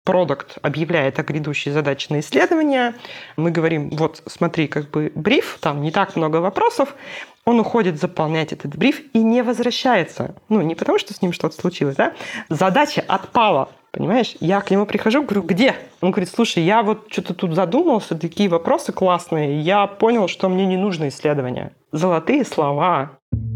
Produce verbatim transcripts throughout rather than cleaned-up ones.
продукт объявляет о грядущей задаче на исследование, мы говорим, вот смотри, как бы бриф, там не так много вопросов, он уходит заполнять этот бриф и не возвращается. Ну, не потому, что с ним что-то случилось, да? Задача отпала, понимаешь? Я к нему прихожу, говорю, где? Он говорит, слушай, я вот что-то тут задумался, такие вопросы классные, я понял, что мне не нужно исследование. Золотые слова.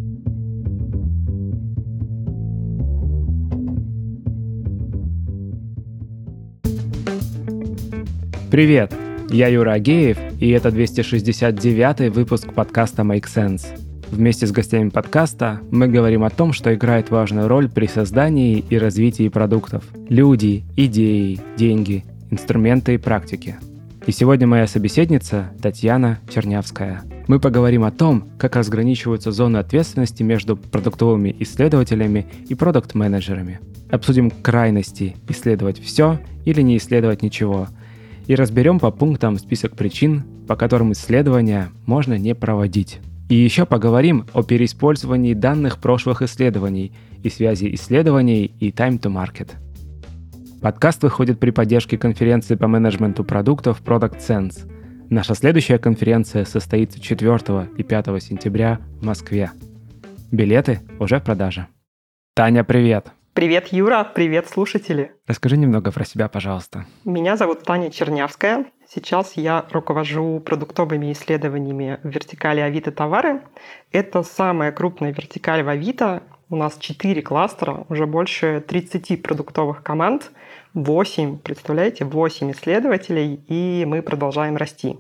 Привет, я Юра Агеев, и это двести шестьдесят девятый выпуск подкаста Make Sense. Вместе с гостями подкаста мы говорим о том, что играет важную роль при создании и развитии продуктов. Люди, идеи, деньги, инструменты и практики. И сегодня моя собеседница Татьяна Чернявская. Мы поговорим о том, как разграничиваются зоны ответственности между продуктовыми исследователями и продукт-менеджерами. Обсудим крайности – исследовать все или не исследовать ничего – и разберем по пунктам список причин, по которым исследования можно не проводить. И еще поговорим о переиспользовании данных прошлых исследований и связи исследований и time to market. Подкаст выходит при поддержке конференции по менеджменту продуктов Product Sense. Наша следующая конференция состоится четвёртого и пятого сентября в Москве. Билеты уже в продаже. Таня, привет! Привет, Юра, привет, слушатели. Расскажи немного про себя, пожалуйста. Меня зовут Таня Чернявская. Сейчас я руковожу продуктовыми исследованиями в вертикали Авито товары. Это самая крупная вертикаль в Авито. У нас четыре кластера, уже больше тридцать продуктовых команд, восемь, представляете, восемь исследователей, и мы продолжаем расти.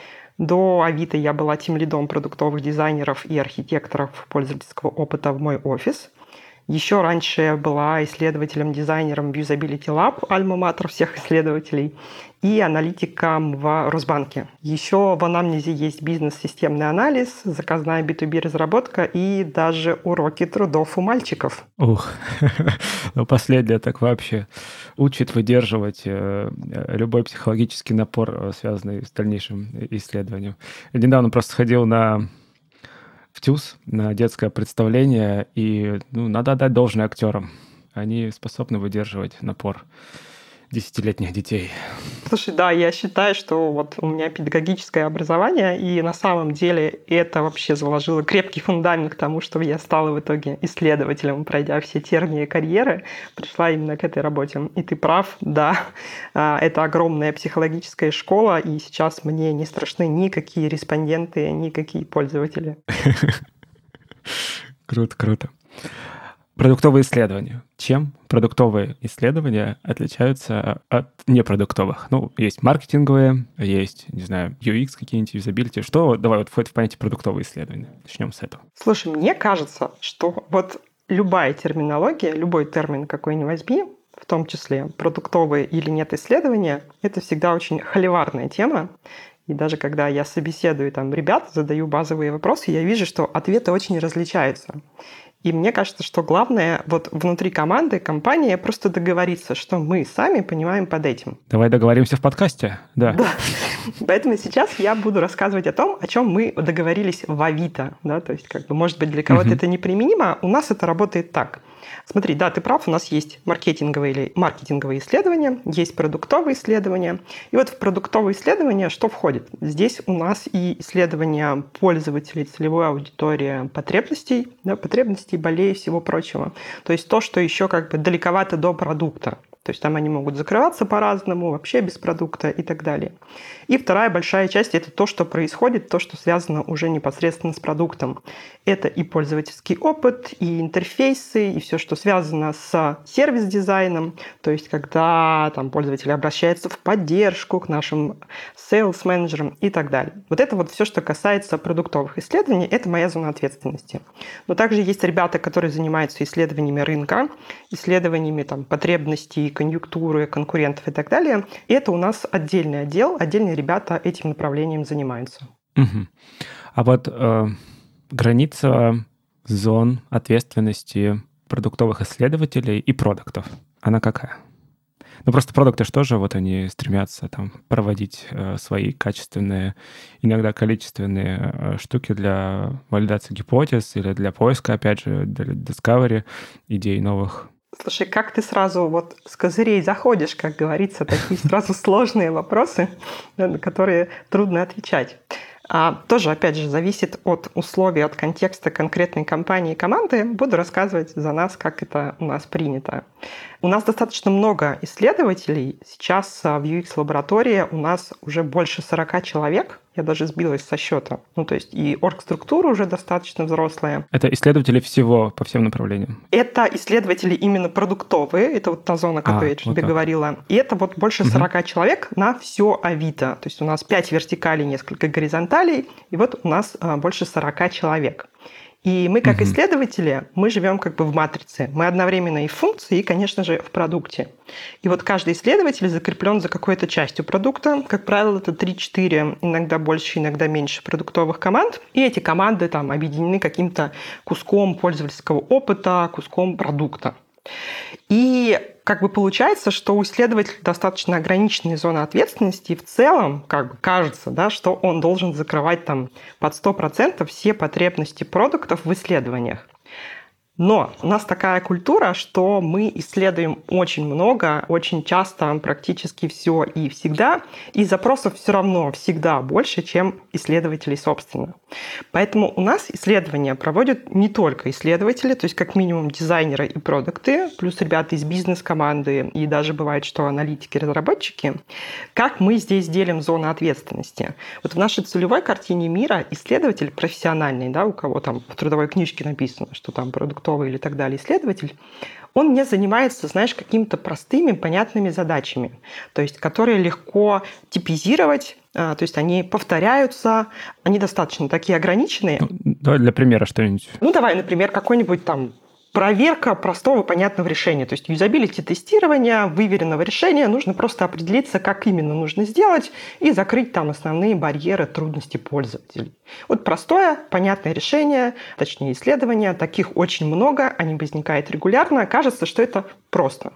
До Авито я была тимлидом продуктовых дизайнеров и архитекторов пользовательского опыта в мой офис. Еще раньше я была исследователем-дизайнером в Usability Lab, альма-матер всех исследователей, и аналитиком в Росбанке. Еще в анамнезе есть бизнес-системный анализ, заказная би ту би разработка и даже уроки трудов у мальчиков. Ух, ну последнее так вообще учит выдерживать любой психологический напор, связанный с дальнейшим исследованием. Я недавно просто ходил на... в ТЮЗ на детское представление, и ну, надо отдать должное актерам. Они способны выдерживать напор десятилетних детей. Слушай, да, я считаю, что вот у меня педагогическое образование, и на самом деле это вообще заложило крепкий фундамент к тому, чтобы я стала в итоге исследователем, пройдя все тернии карьеры, пришла именно к этой работе. И ты прав, да, это огромная психологическая школа, и сейчас мне не страшны никакие респонденты, никакие пользователи. Круто, круто. Продуктовые исследования. Чем продуктовые исследования отличаются от непродуктовых? Ну, есть маркетинговые, есть, не знаю, ю экс какие-нибудь, юзабилити. Что, давай, вот входит в понятие продуктовые исследования. Начнем с этого. Слушай, мне кажется, что вот любая терминология, любой термин какой ни возьми, в том числе продуктовые или нет исследования, это всегда очень холиварная тема. И даже когда я собеседую там ребят, задаю базовые вопросы, я вижу, что ответы очень различаются. И мне кажется, что главное вот внутри команды, компании просто договориться, что мы сами понимаем под этим. Давай договоримся в подкасте. Да. Да. Поэтому сейчас я буду рассказывать о том, о чем мы договорились в Авито. Да? То есть, как бы, может быть, для кого-то uh-huh. это неприменимо, у нас это работает так. Смотри, да, ты прав, у нас есть маркетинговые или маркетинговые исследования, есть продуктовые исследования. И вот в продуктовые исследования что входит? Здесь у нас и исследования пользователей, целевой аудитории, потребностей, да, потребностей, болей и всего прочего. То есть то, что еще как бы далековато до продукта. То есть там они могут закрываться по-разному, вообще без продукта и так далее. И вторая большая часть – это то, что происходит, то, что связано уже непосредственно с продуктом. Это и пользовательский опыт, и интерфейсы, и все, что связано с сервис-дизайном. То есть когда там, пользователь обращается в поддержку к нашим сейлс-менеджерам и так далее. Вот это вот все, что касается продуктовых исследований, это моя зона ответственности. Но также есть ребята, которые занимаются исследованиями рынка, исследованиями там, потребностей, конъюнктуры, конкурентов и так далее. И это у нас отдельный отдел, отдельные ребята этим направлением занимаются. Угу. А вот э, граница зон ответственности продуктовых исследователей и продуктов, она какая? Ну, просто продукты же тоже, вот они стремятся там проводить э, свои качественные, иногда количественные э, штуки для валидации гипотез или для поиска, опять же, для discovery идей новых. Слушай, как ты сразу вот с козырей заходишь, как говорится, такие сразу сложные вопросы, на которые трудно отвечать. А, тоже, опять же, зависит от условий, от контекста конкретной компании и команды. Буду рассказывать за нас, как это у нас принято. У нас достаточно много исследователей. Сейчас в ю экс-лаборатории у нас уже больше сорок человек. Я даже сбилась со счета. Ну, то есть и оргструктура уже достаточно взрослая. Это исследователи всего по всем направлениям? Это исследователи именно продуктовые. Это вот та зона, о которой а, я тебе вот говорила. И это вот больше сорок угу. человек на все Авито. То есть у нас пять вертикалей, несколько горизонталей. И вот у нас больше сорок человек. И мы, как угу. исследователи, мы живем как бы в матрице. Мы одновременно и в функции, и, конечно же, в продукте. И вот каждый исследователь закреплен за какой-то частью продукта. Как правило, это три-четыре, иногда больше, иногда меньше продуктовых команд. И эти команды там объединены каким-то куском пользовательского опыта, куском продукта. И как бы получается, что у исследователя достаточно ограниченная зона ответственности, и в целом, как бы кажется, да, что он должен закрывать там под сто процентов все потребности продуктов в исследованиях. Но у нас такая культура, что мы исследуем очень много, очень часто, практически все и всегда, и запросов все равно всегда больше, чем исследователей, собственно. Поэтому у нас исследования проводят не только исследователи, то есть как минимум дизайнеры и продукты, плюс ребята из бизнес-команды, и даже бывает, что аналитики, разработчики. Как мы здесь делим зоны ответственности? Вот в нашей целевой картине мира исследователь профессиональный, да, у кого там в трудовой книжке написано, что там продукт или так далее исследователь, он не занимается, знаешь, какими-то простыми, понятными задачами, то есть которые легко типизировать, то есть они повторяются, они достаточно такие ограниченные. Ну, давай для примера что-нибудь. Ну, давай, например, какой-нибудь там проверка простого понятного решения. То есть юзабилити-тестирование выверенного решения. Нужно просто определиться, как именно нужно сделать, и закрыть там основные барьеры, трудности пользователей. Вот простое, понятное решение, точнее исследование. Таких очень много, они возникают регулярно. Кажется, что это просто.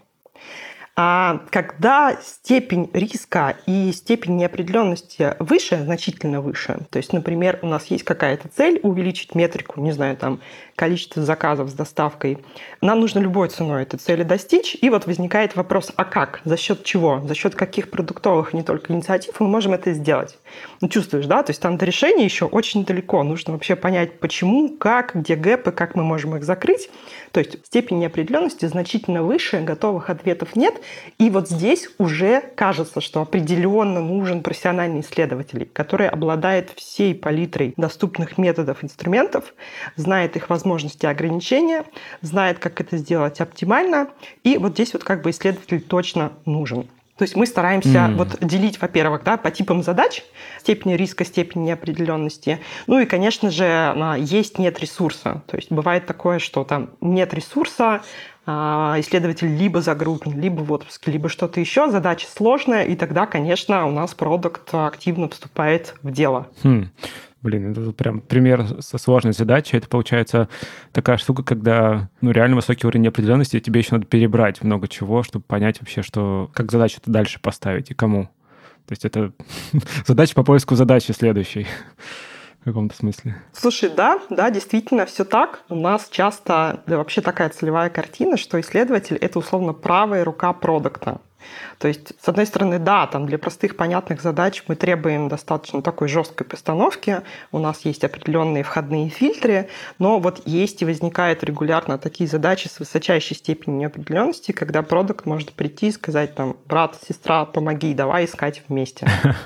А когда степень риска и степень неопределенности выше, значительно выше, то есть, например, у нас есть какая-то цель увеличить метрику, не знаю, там, количество заказов с доставкой, нам нужно любой ценой этой цели достичь, и вот возникает вопрос, а как, за счет чего, за счет каких продуктовых, не только инициатив мы можем это сделать. Ну, чувствуешь, да, то есть там до решения еще очень далеко, нужно вообще понять, почему, как, где гэпы, как мы можем их закрыть, то есть степень неопределенности значительно выше, готовых ответов нет. И вот здесь уже кажется, что определенно нужен профессиональный исследователь, который обладает всей палитрой доступных методов, инструментов, знает их возможности и ограничения, знает, как это сделать оптимально. И вот здесь вот как бы исследователь точно нужен. То есть мы стараемся mm. вот делить, во-первых, да, по типам задач, степени риска, степени неопределенности. Ну и, конечно же, есть нет ресурса. То есть бывает такое, что там нет ресурса, исследователь либо загружен, либо в отпуске, либо что-то еще, задача сложная, и тогда, конечно, у нас продукт активно вступает в дело. Хм. Блин, это прям пример со сложной задачей. Это, получается, такая штука, когда ну, реально высокий уровень неопределенности, и тебе еще надо перебрать много чего, чтобы понять вообще, что, как задачу-то дальше поставить и кому. То есть это задача по поиску задачи следующей. В каком-то смысле. Слушай, да, да, действительно, все так. У нас часто да, вообще такая целевая картина, что исследователь — это условно правая рука продукта. То есть, с одной стороны, да, там для простых понятных задач мы требуем достаточно такой жесткой постановки, у нас есть определенные входные фильтры, но вот есть и возникают регулярно такие задачи с высочайшей степенью неопределенности, когда продукт может прийти и сказать там: брат, сестра, помоги, давай искать вместе.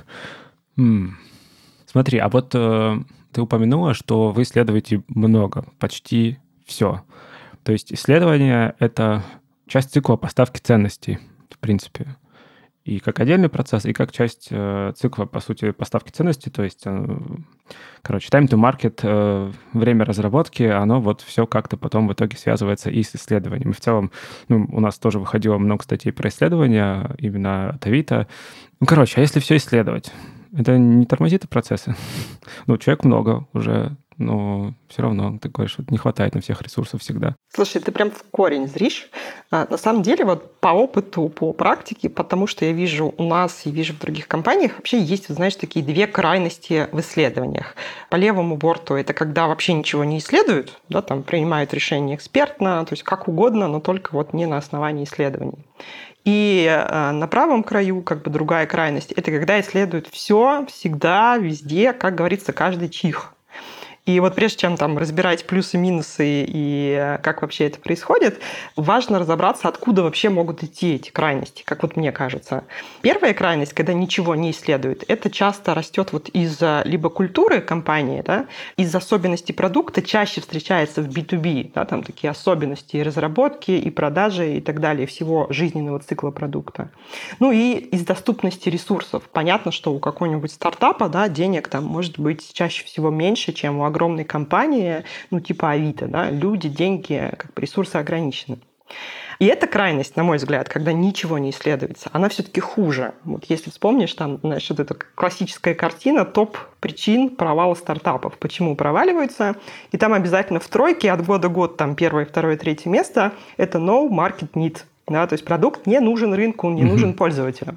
Смотри, а вот э, ты упомянула, что вы исследуете много, почти все. То есть исследование — это часть цикла поставки ценностей, в принципе. И как отдельный процесс, и как часть э, цикла, по сути, поставки ценностей. То есть, э, короче, time to market, э, время разработки, оно вот все как-то потом в итоге связывается и с исследованием. И в целом, ну, у нас тоже выходило много статей про исследования, именно от Авито. Ну, короче, а если все исследовать, это не тормозит процессы? Ну, человек много уже но все равно, ты говоришь, вот не хватает на всех ресурсов всегда. Слушай, ты прям в корень зришь. А, на самом деле, вот по опыту, по практике, потому что я вижу у нас и вижу в других компаниях, вообще есть, знаешь, такие две крайности в исследованиях. По левому борту это когда вообще ничего не исследуют, да, там принимают решение экспертно, то есть как угодно, но только вот не на основании исследований. И на правом краю как бы другая крайность. Это когда исследуют все, всегда, везде, как говорится, каждый чих. И вот прежде чем там разбирать плюсы, минусы и как вообще это происходит, важно разобраться, откуда вообще могут идти эти крайности, как вот мне кажется. Первая крайность, когда ничего не исследуют, это часто растет вот из-за либо культуры компании, да, из особенностей продукта, чаще встречается в би ту би, да, там такие особенности и разработки, и продажи, и так далее, всего жизненного цикла продукта. Ну и из доступности ресурсов. Понятно, что у какого-нибудь стартапа, да, денег там может быть чаще всего меньше, чем у огромной компании, ну типа Авито, да, люди, деньги, как бы ресурсы ограничены. И эта крайность, на мой взгляд, когда ничего не исследуется, она все-таки хуже. Вот если вспомнишь, там, знаешь, вот эта классическая картина топ причин провала стартапов. Почему проваливаются? И там обязательно в тройке от года к году, там первое, второе, третье место, это no market need. Да, то есть продукт не нужен рынку, не нужен mm-hmm. пользователю.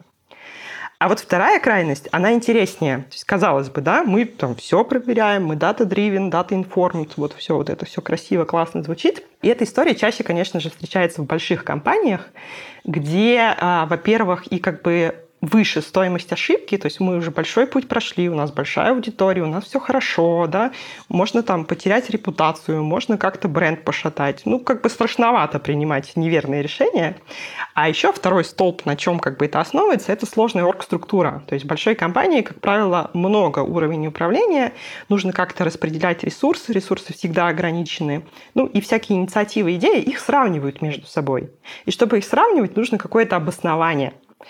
А вот вторая крайность, она интереснее. То есть, казалось бы, да, мы там все проверяем, мы data-driven, data-informed, вот все вот это все красиво, классно звучит. И эта история чаще, конечно же, встречается в больших компаниях, где, а, во-первых, и как бы выше стоимость ошибки, то есть мы уже большой путь прошли, у нас большая аудитория, у нас все хорошо, да, можно там потерять репутацию, можно как-то бренд пошатать. Ну, как бы страшновато принимать неверные решения. А еще второй столб, на чем как бы это основывается, это сложная оргструктура. То есть в большой компании, как правило, много уровней управления, нужно как-то распределять ресурсы, ресурсы всегда ограничены. Ну, и всякие инициативы, идеи, их сравнивают между собой. И чтобы их сравнивать, нужно какое-то обоснование.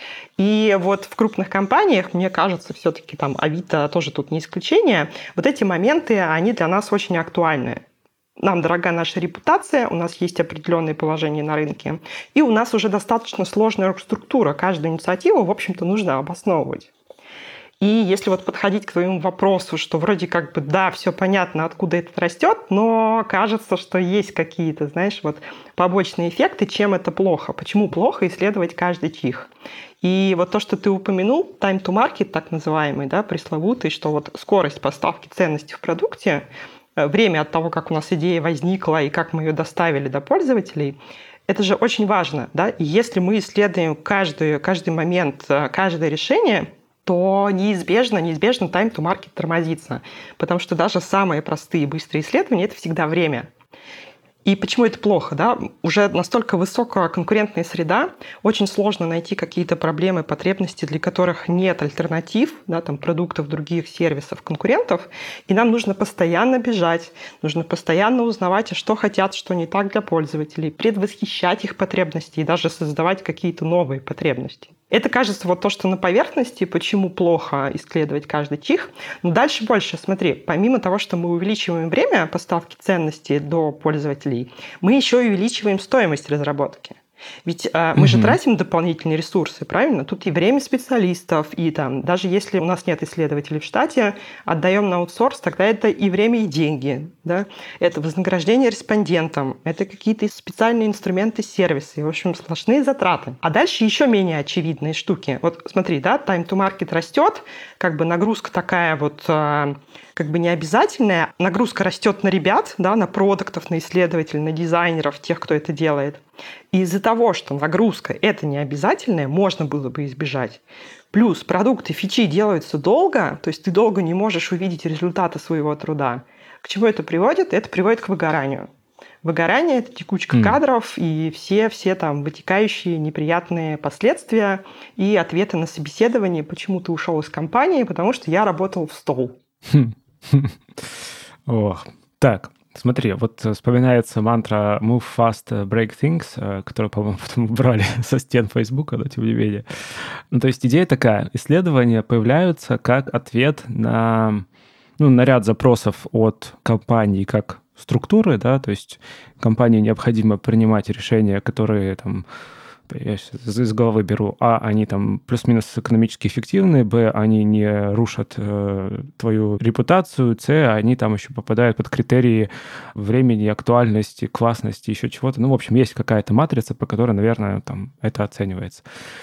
И вот в крупных компаниях, мне кажется, все-таки там Авито тоже тут не исключение, вот эти моменты, они для нас очень актуальны. Нам дорога наша репутация, у нас есть определенные положения на рынке, и у нас уже достаточно сложная структура. Каждую инициативу, в общем-то, нужно обосновывать. И если вот подходить к твоему вопросу, что вроде как бы, да, все понятно, откуда это растет, но кажется, что есть какие-то, знаешь, вот побочные эффекты, чем это плохо. Почему плохо исследовать каждый чих? И вот то, что ты упомянул, time to market, так называемый, да, пресловутый, что вот скорость поставки ценности в продукте, время от того, как у нас идея возникла и как мы ее доставили до пользователей, это же очень важно, да. И если мы исследуем каждый, каждый момент, каждое решение, то неизбежно, неизбежно time to market тормозится. Потому что даже самые простые и быстрые исследования – это всегда время. И почему это плохо? Да? Уже настолько высокая конкурентная среда, очень сложно найти какие-то проблемы, потребности, для которых нет альтернатив, да, там, продуктов, других сервисов, конкурентов, и нам нужно постоянно бежать, нужно постоянно узнавать, а что хотят, что не так для пользователей, предвосхищать их потребности и даже создавать какие-то новые потребности. Это, кажется, вот то, что на поверхности, почему плохо исследовать каждый чих. Но дальше больше. Смотри, помимо того, что мы увеличиваем время поставки ценностей до пользователей, мы еще и увеличиваем стоимость разработки. Ведь э, мы угу. же тратим дополнительные ресурсы, правильно? Тут и время специалистов, и там, даже если у нас нет исследователей в штате, отдаем на аутсорс, тогда это и время, и деньги. Да? Это вознаграждение респондентам, это какие-то специальные инструменты, сервисы, в общем, сплошные затраты. А дальше еще менее очевидные штуки. Вот смотри, да, time to market растет, как бы нагрузка такая вот... Э, как бы не обязательная. Нагрузка растет на ребят, да, на продуктов, на исследователей, на дизайнеров, тех, кто это делает. И из-за того, что нагрузка это не обязательная, можно было бы избежать. Плюс продукты, фичи делаются долго, то есть ты долго не можешь увидеть результаты своего труда. К чему это приводит? Это приводит к выгоранию. Выгорание – это текучка mm. кадров и все, все там вытекающие неприятные последствия и ответы на собеседование, почему ты ушел из компании, потому что я работал в стол. Ох, так, смотри, вот вспоминается мантра «Move fast, break things», которую, по-моему, потом убрали со стен Фейсбука, но тем не менее. Ну, то есть идея такая, исследования появляются как ответ на, ну, на ряд запросов от компаний как структуры, да, то есть компании необходимо принимать решения, которые там я сейчас из головы беру, а, они там плюс-минус экономически эффективны, б, они не рушат э, твою репутацию, с, они там еще попадают под критерии времени, актуальности, классности, еще чего-то. Ну, в общем, есть какая-то матрица, по которой, наверное, там это оценивается.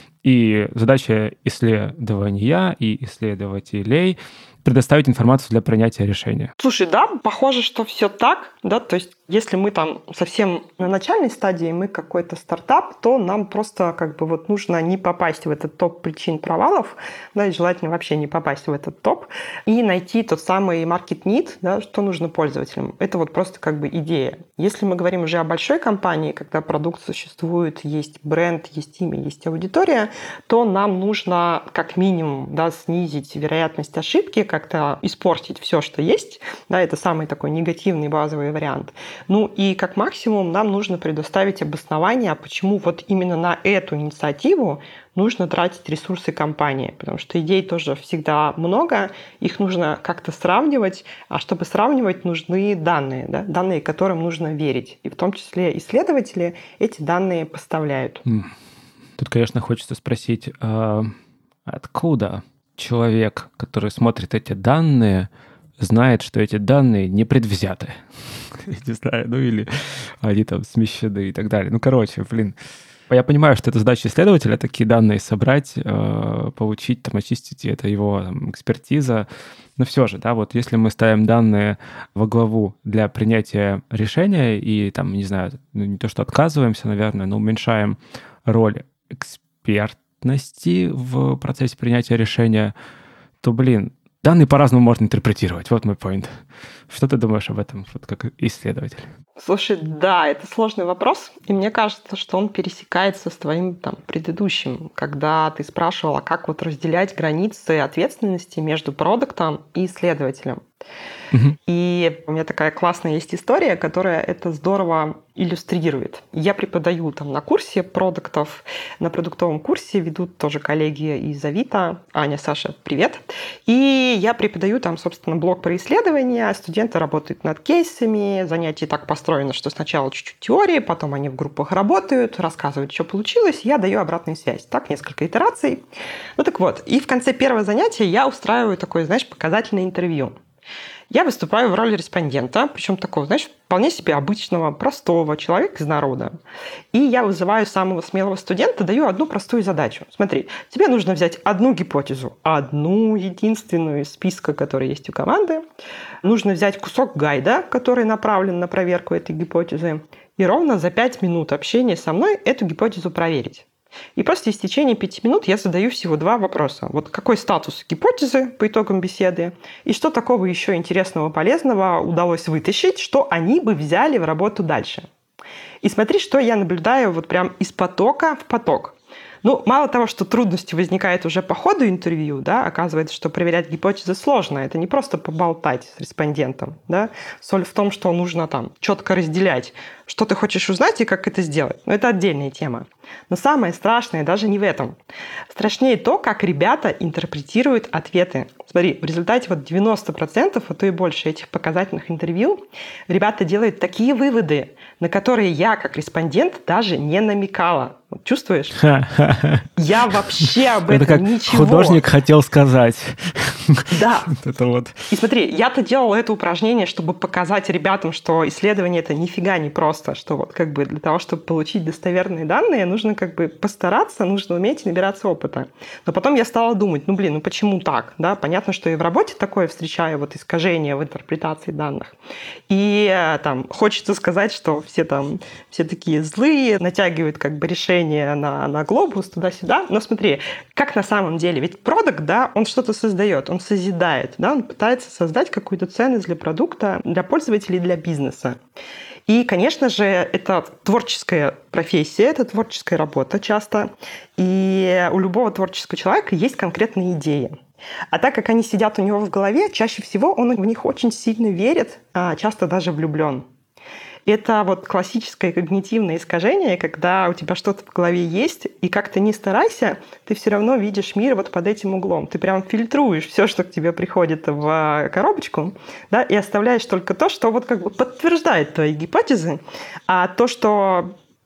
И задача исследования и исследователей предоставить информацию для принятия решения. Слушай, да, похоже, что все так, да, то есть если мы там совсем на начальной стадии, мы какой-то стартап, то нам просто как бы вот нужно не попасть в этот топ причин провалов, да, и желательно вообще не попасть в этот топ, и найти тот самый market need, да, что нужно пользователям. Это вот просто как бы идея. Если мы говорим уже о большой компании, когда продукт существует, есть бренд, есть имя, есть аудитория, то нам нужно как минимум, да, снизить вероятность ошибки, как-то испортить все, что есть. Да, это самый такой негативный базовый вариант. Ну и как максимум нам нужно предоставить обоснование, почему вот именно на эту инициативу нужно тратить ресурсы компании. Потому что идей тоже всегда много, их нужно как-то сравнивать, а чтобы сравнивать, нужны данные, да? Данные, которым нужно верить. И в том числе исследователи эти данные поставляют. Тут, конечно, хочется спросить, а откуда человек, который смотрит эти данные, знает, что эти данные не предвзяты? Не знаю, ну или они там смещены и так далее. Ну, короче, блин. Я понимаю, что это задача исследователя, такие данные собрать, получить, там, очистить, и это его там, экспертиза. Но все же, да, вот если мы ставим данные во главу для принятия решения и, там, не знаю, ну, не то, что отказываемся, наверное, но уменьшаем роль экспертности в процессе принятия решения, то, блин, данные по-разному можно интерпретировать. Вот мой поинт. Что ты думаешь об этом, вот как исследователь? Слушай, да, это сложный вопрос, и мне кажется, что он пересекается с твоим там, предыдущим, когда ты спрашивала, как вот разделять границы ответственности между продуктом и исследователем. Угу. И у меня такая классная есть история, которая это здорово иллюстрирует. Я преподаю там на курсе продуктов, на продуктовом курсе ведут тоже коллеги из Авито. Аня, Саша, привет. И я преподаю там, собственно, блок про исследования. Студенты работают над кейсами. Занятие так построено, что сначала чуть-чуть теории, потом они в группах работают, рассказывают, что получилось. Я даю обратную связь. Так, несколько итераций. Ну так вот. И в конце первого занятия я устраиваю такое, знаешь, показательное интервью. Я выступаю в роли респондента, причем такого, знаешь, вполне себе обычного, простого человека из народа. И я вызываю самого смелого студента, даю одну простую задачу. Смотри, тебе нужно взять одну гипотезу, одну единственную из списка, который есть у команды. Нужно взять кусок гайда, который направлен на проверку этой гипотезы, и ровно за пять минут общения со мной эту гипотезу проверить. И после истечения пяти минут я задаю всего два вопроса. Вот какой статус гипотезы по итогам беседы, и что такого еще интересного, полезного удалось вытащить, что они бы взяли в работу дальше. И смотри, что я наблюдаю вот прям из потока в поток. Ну, мало того, что трудности возникают уже по ходу интервью, да, оказывается, что проверять гипотезы сложно. Это не просто поболтать с респондентом, да. Соль в том, что нужно там четко разделять, что ты хочешь узнать и как это сделать. Но это отдельная тема. Но самое страшное даже не в этом. Страшнее то, как ребята интерпретируют ответы. Смотри, в результате вот девяносто процентов, а то и больше этих показательных интервью ребята делают такие выводы, на которые я, как респондент, даже не намекала. Вот чувствуешь? Я вообще об этом это как ничего. Художник хотел сказать. Да. Это вот. И смотри, я-то делала это упражнение, чтобы показать ребятам, что исследование это нифига не просто, что вот как бы для того, чтобы получить достоверные данные, нужно как бы постараться, нужно уметь набираться опыта. Но потом я стала думать, ну блин, ну почему так? Да, понятно, что и в работе такое встречаю, вот искажение в интерпретации данных. И там хочется сказать, что все там, все такие злые, натягивают как бы решение на, на глобус туда-сюда. Но смотри, как на самом деле, ведь продакт, да, он что-то создает, он созидает, да, он пытается создать какую-то ценность для продукта, для пользователей, для бизнеса. И, конечно же, это творческая профессия, это творческая работа часто. И у любого творческого человека есть конкретные идеи. А так как они сидят у него в голове, чаще всего он в них очень сильно верит, а часто даже влюблен. Это вот классическое когнитивное искажение, когда у тебя что-то в голове есть, и как ты ни старайся, ты все равно видишь мир вот под этим углом. Ты прям фильтруешь все, что к тебе приходит в коробочку, да, и оставляешь только то, что вот как бы подтверждает твои гипотезы, а то, что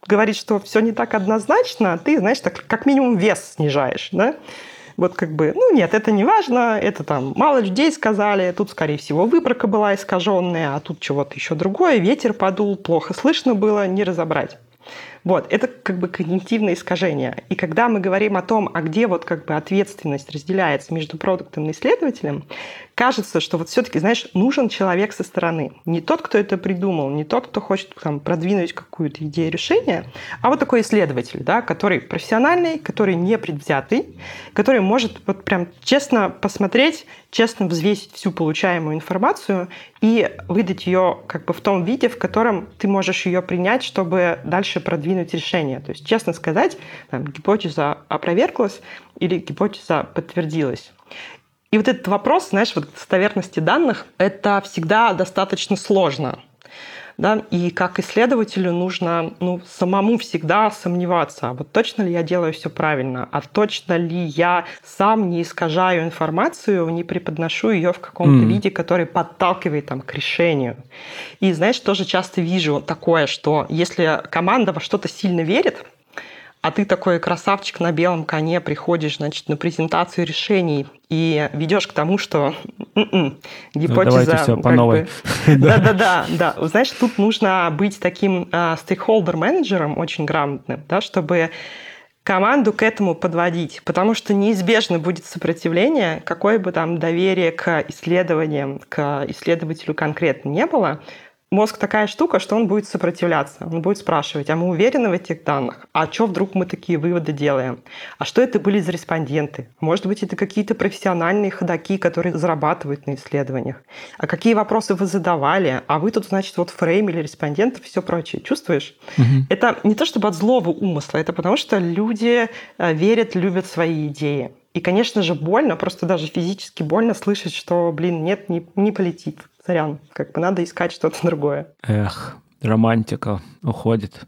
говорит, что все не так однозначно, ты, знаешь, так как минимум вес снижаешь, да? Вот как бы, ну нет, это не важно, это там мало людей сказали, тут, скорее всего, выборка была искаженная, а тут чего-то еще другое, ветер подул, плохо слышно было, не разобрать. Вот, это как бы когнитивное искажение. И когда мы говорим о том, а где вот как бы ответственность разделяется между продуктом и исследователем, кажется, что вот все-таки, знаешь, нужен человек со стороны. Не тот, кто это придумал, не тот, кто хочет там продвинуть какую-то идею решения, а вот такой исследователь, да, который профессиональный, который не предвзятый, который может вот прям честно посмотреть, честно взвесить всю получаемую информацию и выдать ее как бы в том виде, в котором ты можешь ее принять, чтобы дальше продвинуть решение. То есть, честно сказать, там, гипотеза опроверглась или гипотеза подтвердилась. И вот этот вопрос, знаешь, вот достоверности данных, это всегда достаточно сложно. Да? И как исследователю нужно ну, самому всегда сомневаться, а вот точно ли я делаю все правильно, а точно ли я сам не искажаю информацию, не преподношу ее в каком-то mm. виде, который подталкивает там, к решению. И, знаешь, тоже часто вижу такое, что если команда во что-то сильно верит, а ты такой красавчик на белом коне приходишь, значит, на презентацию решений и ведешь к тому, что м-м, гипотеза... Ну, давайте все по новой. Да-да-да. да. Знаешь, тут нужно быть таким стейкхолдер-менеджером очень грамотным, да, чтобы команду к этому подводить, потому что неизбежно будет сопротивление, какое бы там доверие к исследованиям, к исследователю конкретно не было. Мозг такая штука, что он будет сопротивляться. Он будет спрашивать, а мы уверены в этих данных? А что вдруг мы такие выводы делаем? А что это были за респонденты? Может быть, это какие-то профессиональные ходаки, которые зарабатывают на исследованиях? А какие вопросы вы задавали? А вы тут, значит, вот фреймили респондентов и все прочее. Чувствуешь? Угу. Это не то чтобы от злого умысла, это потому что люди верят, любят свои идеи. И, конечно же, больно, просто даже физически больно слышать, что, блин, нет, не, не полетит. Сорян, как бы надо искать что-то другое. Эх, романтика уходит,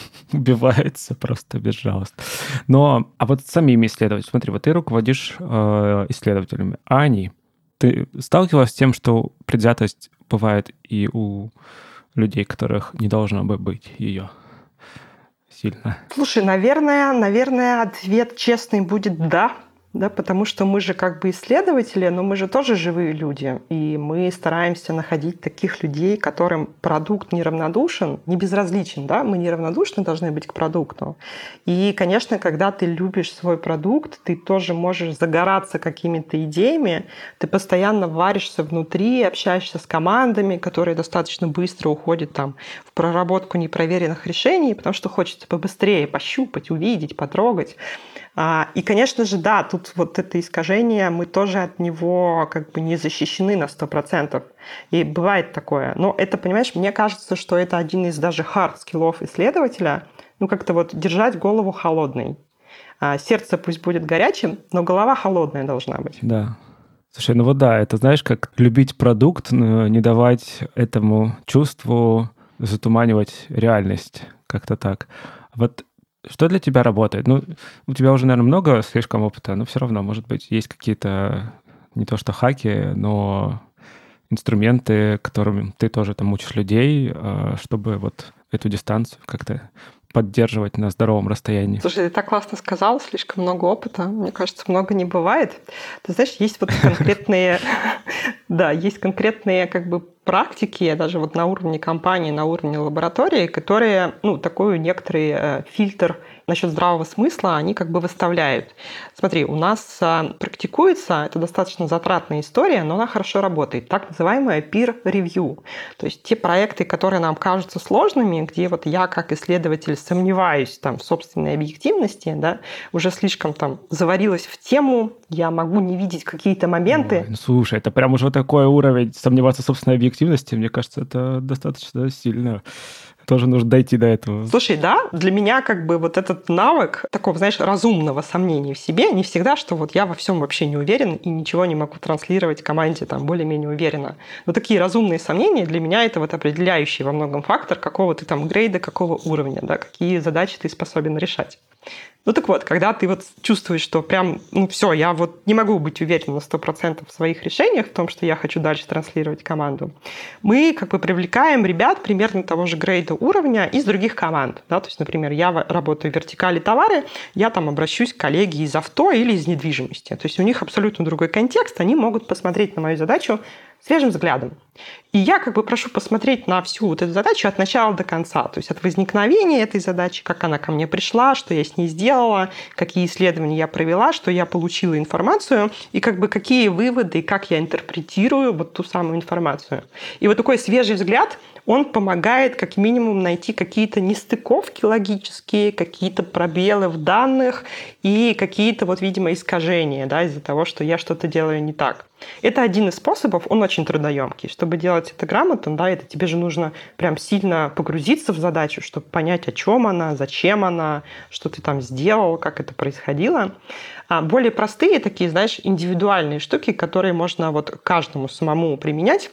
убивается просто безжалостно. Но, а вот самими исследователями, смотри, вот ты руководишь э, исследователями, а они? Ты сталкивалась с тем, что предвзятость бывает и у людей, которых не должно бы быть ее сильно? Слушай, наверное, наверное, ответ честный будет «да». Да, потому что мы же как бы исследователи, но мы же тоже живые люди. И мы стараемся находить таких людей, которым продукт неравнодушен, не безразличен. Да? Мы неравнодушны должны быть к продукту. И, конечно, когда ты любишь свой продукт, ты тоже можешь загораться какими-то идеями. Ты постоянно варишься внутри, общаешься с командами, которые достаточно быстро уходят там, в проработку непроверенных решений, потому что хочется побыстрее пощупать, увидеть, потрогать. И, конечно же, да, тут вот это искажение, мы тоже от него как бы не защищены на сто процентов. И бывает такое. Но это, понимаешь, мне кажется, что это один из даже хард-скиллов исследователя, ну, как-то вот держать голову холодной. Сердце пусть будет горячим, но голова холодная должна быть. Да. Слушай, ну вот да, это знаешь, как любить продукт, но не давать этому чувству затуманивать реальность. Как-то так. Вот что для тебя работает? Ну, у тебя уже, наверное, много слишком опыта, но все равно, может быть, есть какие-то не то что хаки, но инструменты, которыми ты тоже там учишь людей, чтобы вот эту дистанцию как-то поддерживать на здоровом расстоянии. Слушай, ты так классно сказал, слишком много опыта. Мне кажется, много не бывает. Ты знаешь, есть вот конкретные, да, есть конкретные как бы практики, даже вот на уровне компании, на уровне лаборатории, которые, ну, такой некоторый фильтр насчет здравого смысла они как бы выставляют. Смотри, у нас практикуется, это достаточно затратная история, но она хорошо работает, так называемая peer review. То есть те проекты, которые нам кажутся сложными, где вот я как исследователь сомневаюсь там, в собственной объективности, да, уже слишком там заварилась в тему, я могу не видеть какие-то моменты. Ой, ну, слушай, это прям уже такой уровень сомневаться в собственной объективности, мне кажется, это достаточно сильно. Тоже нужно дойти до этого. Слушай, да, для меня как бы вот этот навык такого, знаешь, разумного сомнения в себе не всегда, что вот я во всем вообще не уверен и ничего не могу транслировать команде там более-менее уверенно. Но такие разумные сомнения для меня это вот определяющий во многом фактор какого ты там грейда, какого уровня, да, какие задачи ты способен решать. Ну так вот, когда ты вот чувствуешь, что прям, ну все, я вот не могу быть уверен на сто процентов в своих решениях, в том, что я хочу дальше транслировать команду, мы как бы привлекаем ребят примерно того же грейда уровня из других команд. Да? То есть, например, я работаю в вертикали товары, я там обращусь к коллеге из авто или из недвижимости. То есть у них абсолютно другой контекст, они могут посмотреть на мою задачу свежим взглядом. И я как бы прошу посмотреть на всю вот эту задачу от начала до конца. То есть от возникновения этой задачи, как она ко мне пришла, что я с ней сделала, какие исследования я провела, что я получила информацию, и как бы какие выводы, и как я интерпретирую вот ту самую информацию. И вот такой свежий взгляд, он помогает как минимум найти какие-то нестыковки логические, какие-то пробелы в данных и какие-то, вот, видимо, искажения, да, из-за того, что я что-то делаю не так. Это один из способов, он очень трудоемкий. Чтобы делать это грамотно, да, это тебе же нужно прям сильно погрузиться в задачу, чтобы понять, о чем она, зачем она, что ты там сделал, как это происходило. А более простые такие, знаешь, индивидуальные штуки, которые можно вот каждому самому применять,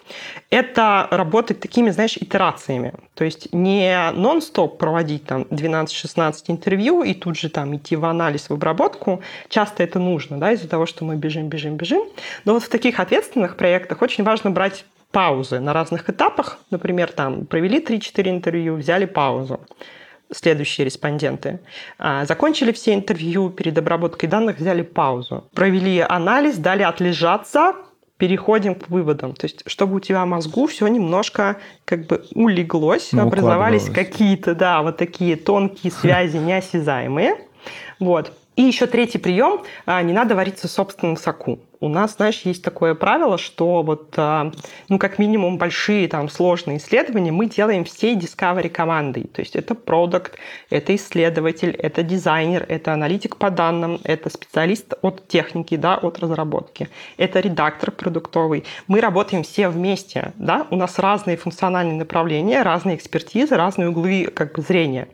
это работать такими, знаешь, итерациями. То есть не нон-стоп проводить там двенадцать-шестнадцать интервью и тут же там идти в анализ, в обработку. Часто это нужно, да, из-за того, что мы бежим, бежим, бежим. Но вот в таких ответственных проектах очень важно брать паузы на разных этапах. Например, там провели три-четыре интервью, взяли паузу. Следующие респонденты. Закончили все интервью, перед обработкой данных взяли паузу. Провели анализ, дали отлежаться, переходим к выводам. То есть, чтобы у тебя в мозгу все немножко как бы улеглось, ну, образовались какие-то, да, вот такие тонкие связи неосязаемые. Вот. И еще третий прием. Не надо вариться в собственном соку. У нас, знаешь, есть такое правило, что вот, ну, как минимум, большие там сложные исследования мы делаем всей Discovery командой. То есть это продакт, это исследователь, это дизайнер, это аналитик по данным, это специалист от техники, да, от разработки, это редактор продуктовый. Мы работаем все вместе, да, у нас разные функциональные направления, разные экспертизы, разные углы как бы зрения.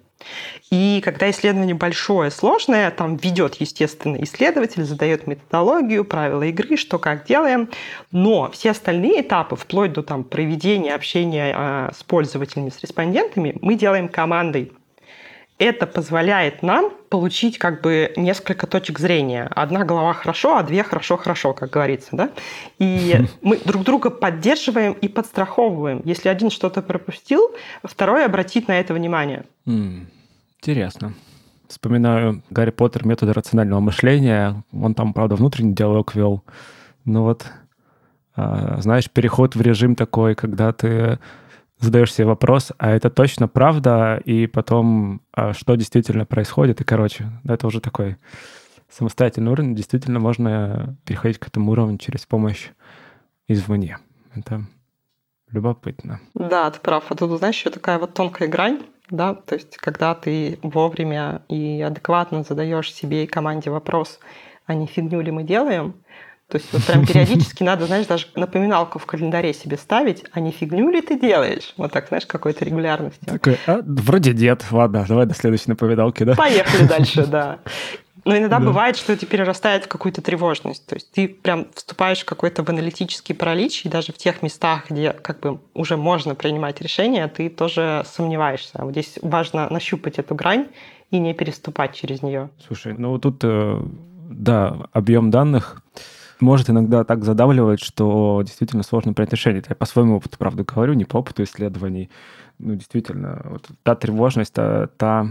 И когда исследование большое, сложное, там ведет, естественно, исследователь, задает методологию, правила игры, что как делаем. Но все остальные этапы, вплоть до там, проведения общения а, с пользователями, с респондентами, мы делаем командой. Это позволяет нам получить как бы несколько точек зрения. Одна голова хорошо, а две хорошо-хорошо, как говорится. Да? И мы друг друга поддерживаем и подстраховываем. Если один что-то пропустил, второй обратит на это внимание. Mm, интересно. Вспоминаю Гарри Поттер «Методы рационального мышления». Он там, правда, внутренний диалог вел. Но вот, знаешь, переход в режим такой, когда ты задаешь себе вопрос, а это точно правда, и потом, а что действительно происходит, и, короче, это уже такой самостоятельный уровень, действительно можно переходить к этому уровню через помощь извне. Это любопытно. Да, ты прав. А тут, знаешь, еще такая вот тонкая грань, да, то есть когда ты вовремя и адекватно задаешь себе и команде вопрос, а не фигню ли мы делаем, то есть вот прям периодически надо, знаешь, даже напоминалку в календаре себе ставить, а не фигню ли ты делаешь? Вот так, знаешь, какой-то регулярности. Такой, а, вроде дед, ладно, давай до следующей напоминалки, да? Поехали дальше, да. Но иногда да. бывает, что это перерастает в какую-то тревожность. То есть ты прям вступаешь в какой-то в аналитический паралич, и даже в тех местах, где как бы уже можно принимать решения, ты тоже сомневаешься. Вот здесь важно нащупать эту грань и не переступать через нее. Слушай, ну вот тут, да, объем данных может иногда так задавливать, что действительно сложно принять решение. Я по своему опыту, правда, говорю, не по опыту исследований. Ну, действительно, вот та тревожность, та, та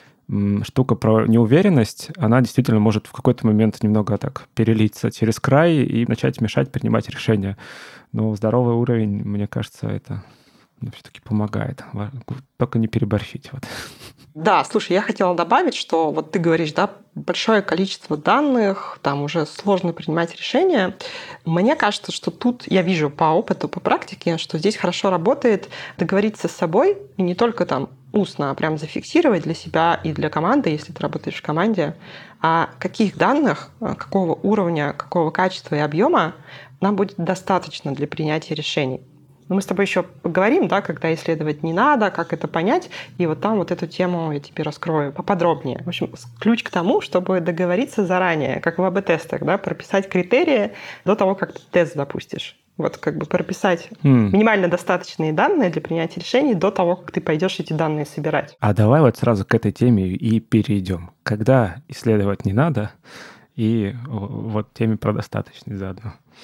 м, штука про неуверенность, она действительно может в какой-то момент немного так перелиться через край и начать мешать принимать решения. Но здоровый уровень, мне кажется, это ну, все-таки помогает. Только не переборщить. Вот. Да, слушай, я хотела добавить, что вот ты говоришь, да, большое количество данных, там уже сложно принимать решения. Мне кажется, что тут я вижу по опыту, по практике, что здесь хорошо работает договориться с собой и не только там устно, а прям зафиксировать для себя и для команды, если ты работаешь в команде, а каких данных, какого уровня, какого качества и объема нам будет достаточно для принятия решений. Но мы с тобой еще поговорим, да, когда исследовать не надо, как это понять. И вот там вот эту тему я тебе раскрою поподробнее. В общем, ключ к тому, чтобы договориться заранее, как в эй би тестах, да, прописать критерии до того, как ты тест запустишь. Вот как бы прописать mm. минимально достаточные данные для принятия решений до того, как ты пойдешь эти данные собирать. А давай вот сразу к этой теме и перейдем. Когда исследовать не надо, и вот теме про достаточность заодно.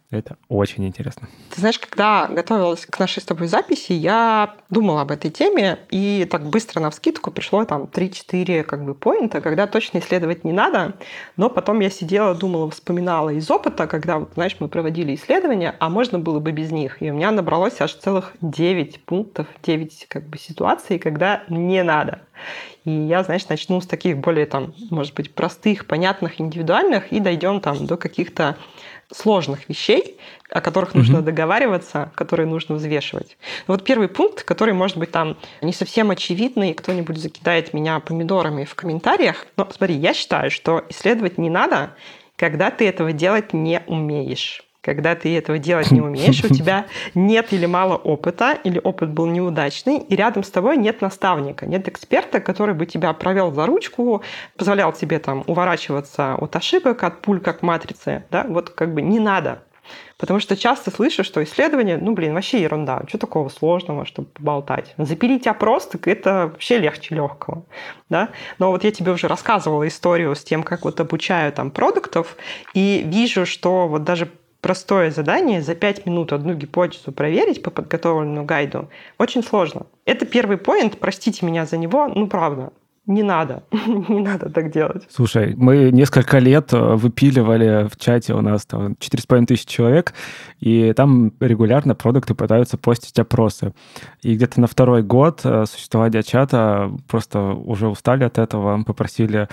Это очень интересно. Ты знаешь, когда готовилась к нашей с тобой записи, я думала об этой теме, и так быстро навскидку пришло там три-четыре как бы поинта, когда точно исследовать не надо, но потом я сидела, думала, вспоминала из опыта, когда, вот, знаешь, мы проводили исследования, а можно было бы без них. И у меня набралось аж целых девять пунктов, девять как бы ситуаций, когда не надо. И я, знаешь, начну с таких более, там, может быть, простых, понятных, индивидуальных, и дойдем там до каких-то сложных вещей, о которых mm-hmm. нужно договариваться, которые нужно взвешивать. Но вот первый пункт, который, может быть, там не совсем очевидный, кто-нибудь закидает меня помидорами в комментариях, но смотри, я считаю, что исследовать не надо, когда ты этого делать не умеешь. Когда ты этого делать не умеешь, у тебя нет или мало опыта, или опыт был неудачный, и рядом с тобой нет наставника, нет эксперта, который бы тебя провел за ручку, позволял тебе там уворачиваться от ошибок, от пуль, как в «Матрице». Да? Вот как бы не надо. Потому что часто слышу, что исследование, ну, блин, вообще ерунда. Что такого сложного, чтобы поболтать? Запилить опрос, так это вообще легче легкого. Да? Но вот я тебе уже рассказывала историю с тем, как вот обучаю там продуктов, и вижу, что вот даже простое задание за пять минут одну гипотезу проверить по подготовленному гайду очень сложно. Это первый поинт, простите меня за него, ну правда, не надо, не надо так делать. Слушай, мы несколько лет выпиливали в чате, у нас там четыре с половиной тысячи человек, и там регулярно продукты пытаются постить опросы. И где-то на второй год существования чата просто уже устали от этого, попросили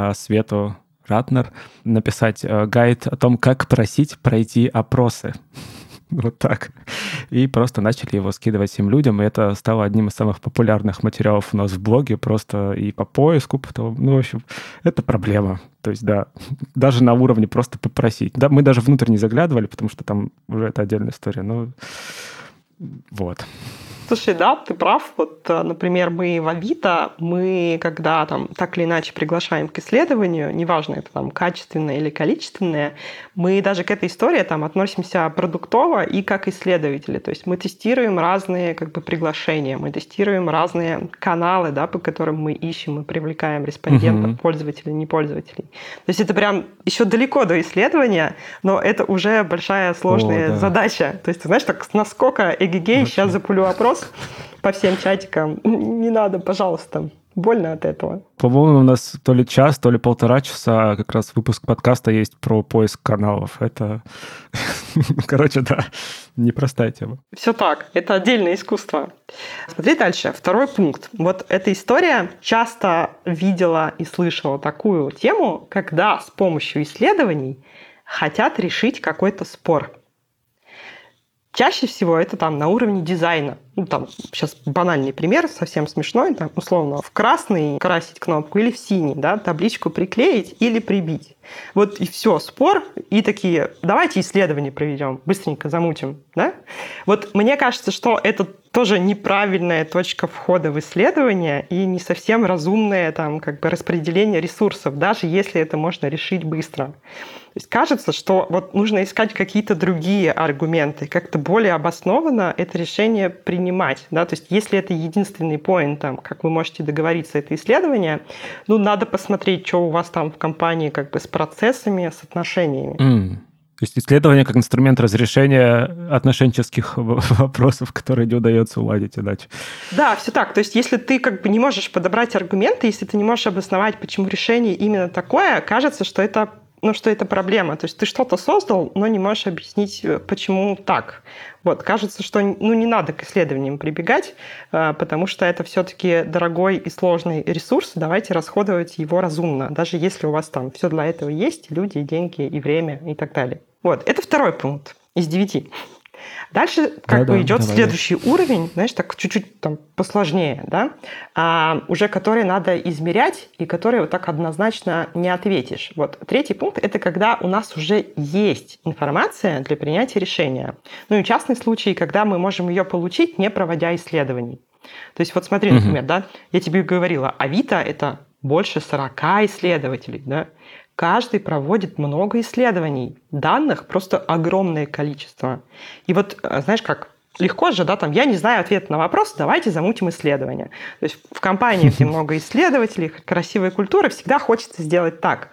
Свету Ратнер написать гайд о том, как просить пройти опросы. Вот так. И просто начали его скидывать всем людям, и это стало одним из самых популярных материалов у нас в блоге, просто и по поиску, потом, ну, в общем, это проблема. То есть, да, даже на уровне просто попросить. Да, мы даже внутрь не заглядывали, потому что там уже это отдельная история, но вот. Слушай, да, ты прав. Вот, например, мы в Авито, мы когда там так или иначе приглашаем к исследованию, неважно, это там качественное или количественное, мы даже к этой истории там относимся продуктово и как исследователи. То есть мы тестируем разные как бы приглашения, мы тестируем разные каналы, да, по которым мы ищем и привлекаем респондентов, угу. пользователей, не пользователей. То есть это прям еще далеко до исследования, но это уже большая сложная О, да. задача. То есть ты знаешь, так насколько эгегей, сейчас запулю опрос по всем чатикам. Не надо, пожалуйста. Больно от этого. По-моему, у нас то ли час, то ли полтора часа как раз выпуск подкаста есть про поиск каналов. Это, короче, да, непростая тема. Все так. Это отдельное искусство. Смотри дальше. Второй пункт. Вот эта история часто видела и слышала такую тему, когда с помощью исследований хотят решить какой-то спор. Чаще всего это там на уровне дизайна. Ну, там, сейчас банальный пример, совсем смешной. Там, условно, в красный красить кнопку или в синий, да, табличку приклеить или прибить. Вот и все, спор. И такие, давайте исследование проведем, быстренько замутим. Да? Вот мне кажется, что это тоже неправильная точка входа в исследование и не совсем разумное там, как бы распределение ресурсов, даже если это можно решить быстро. То есть кажется, что вот нужно искать какие-то другие аргументы, как-то более обоснованно это решение принимать. Да? То есть если это единственный поинт, там, как вы можете договориться, это исследование, ну, надо посмотреть, что у вас там в компании как бы с процессами, с отношениями. Mm. То есть исследование как инструмент разрешения отношенческих вопросов, которые не удается уладить иначе. Да, все так. То есть если ты как бы не можешь подобрать аргументы, если ты не можешь обосновать, почему решение именно такое, кажется, что это, ну, что это проблема. То есть ты что-то создал, но не можешь объяснить, почему так. Вот, кажется, что ну, не надо к исследованиям прибегать, потому что это все-таки дорогой и сложный ресурс. Давайте расходовать его разумно, даже если у вас там все для этого есть, люди, деньги и время и так далее. Вот, это второй пункт из девяти. Дальше как да, бы да, идет давай, следующий да. уровень, знаешь, так чуть-чуть там посложнее, да, а, уже который надо измерять и который вот так однозначно не ответишь. Вот третий пункт – это когда у нас уже есть информация для принятия решения. Ну и частный случай, когда мы можем ее получить, не проводя исследований. То есть вот смотри, например, угу. да, я тебе говорила, Авито – это больше сорока исследователей, да. Каждый проводит много исследований. Данных просто огромное количество. И вот, знаешь, как легко же, да, там, я не знаю ответ на вопрос, давайте замутим исследование. То есть в компании, где много исследователей, красивая культура, всегда хочется сделать так.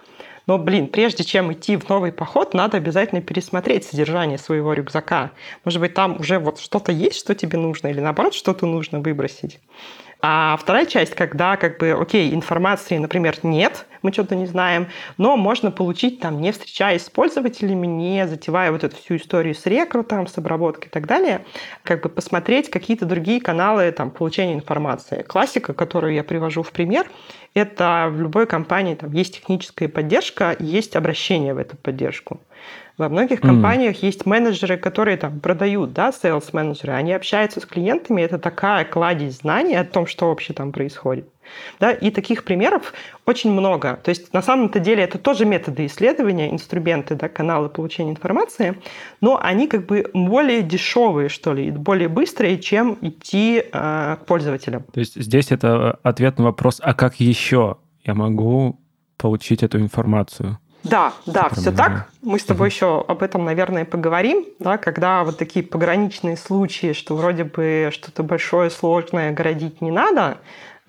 Но, блин, прежде чем идти в новый поход, надо обязательно пересмотреть содержание своего рюкзака. Может быть, там уже вот что-то есть, что тебе нужно, или наоборот, что-то нужно выбросить. А вторая часть, когда, как бы, окей, информации, например, нет, мы что-то не знаем, но можно получить, там, не встречаясь с пользователями, не затевая вот эту всю историю с рекрутом, с обработкой и так далее, как бы посмотреть какие-то другие каналы там, получения информации. Классика, которую я привожу в пример, это в любой компании там, есть техническая поддержка, есть обращение в эту поддержку. Во многих компаниях mm. есть менеджеры, которые там продают, да, sales-менеджеры, они общаются с клиентами, это такая кладезь знаний о том, что вообще там происходит. Да, и таких примеров очень много. То есть на самом-то деле это тоже методы исследования, инструменты, да, каналы получения информации, но они как бы более дешевые, что ли, и более быстрые, чем идти э, к пользователям. То есть здесь это ответ на вопрос, а как еще я могу получить эту информацию? Да, да, все так. Мы с тобой uh-huh. еще об этом, наверное, поговорим, да, когда вот такие пограничные случаи, что вроде бы что-то большое, сложное городить не надо,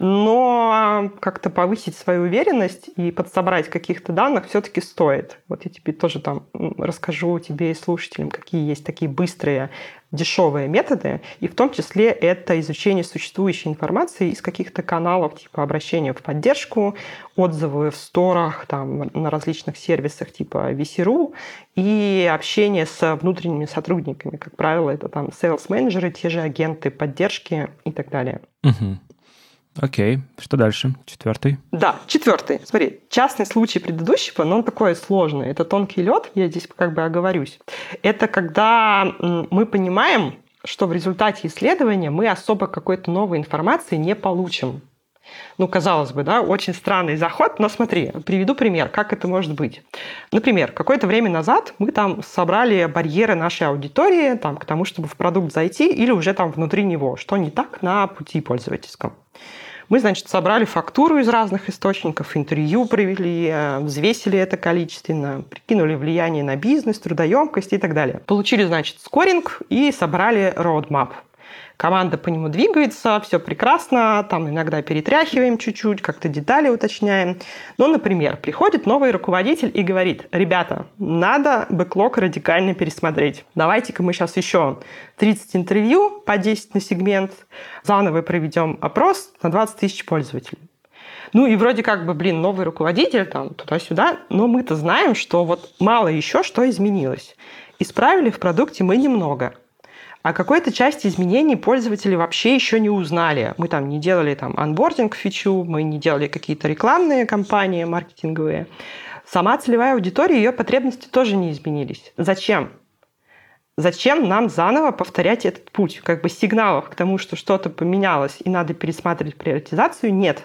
но как-то повысить свою уверенность и подсобрать каких-то данных все-таки стоит. Вот я тебе тоже там расскажу, тебе и слушателям, какие есть такие быстрые, дешевые методы, и в том числе это изучение существующей информации из каких-то каналов, типа обращения в поддержку, отзывы в сторах, там, на различных сервисах типа ви си точка ру и общение с внутренними сотрудниками. Как правило, это там сейлс-менеджеры, те же агенты поддержки и так далее. Uh-huh. Окей, что дальше? Четвертый? Да, четвертый. Смотри, частный случай предыдущего, но он такой сложный. Это тонкий лед, я здесь как бы оговорюсь. Это когда мы понимаем, что в результате исследования мы особо какой-то новой информации не получим. Ну, казалось бы, да, очень странный заход, но смотри, приведу пример, как это может быть. Например, какое-то время назад мы там собрали барьеры нашей аудитории там, к тому, чтобы в продукт зайти или уже там внутри него, что не так на пути пользовательском. Мы, значит, собрали фактуру из разных источников, интервью провели, взвесили это количественно, прикинули влияние на бизнес, трудоемкость и так далее. Получили, значит, скоринг и собрали roadmap. Команда по нему двигается, все прекрасно, там иногда перетряхиваем чуть-чуть, как-то детали уточняем. Ну, например, приходит новый руководитель и говорит: ребята, надо бэклог радикально пересмотреть. Давайте-ка мы сейчас еще тридцать интервью по десять на сегмент, заново проведем опрос на двадцать тысяч пользователей. Ну и вроде как бы, блин, новый руководитель там туда-сюда, но мы-то знаем, что вот мало еще что изменилось. Исправили в продукте мы немного. А какой-то части изменений пользователи вообще еще не узнали. Мы там не делали там анбординг фичу, мы не делали какие-то рекламные кампании маркетинговые. Сама целевая аудитория, ее потребности тоже не изменились. Зачем? Зачем нам заново повторять этот путь? Как бы сигналов к тому, что что-то поменялось и надо пересматривать приоритизацию, нет.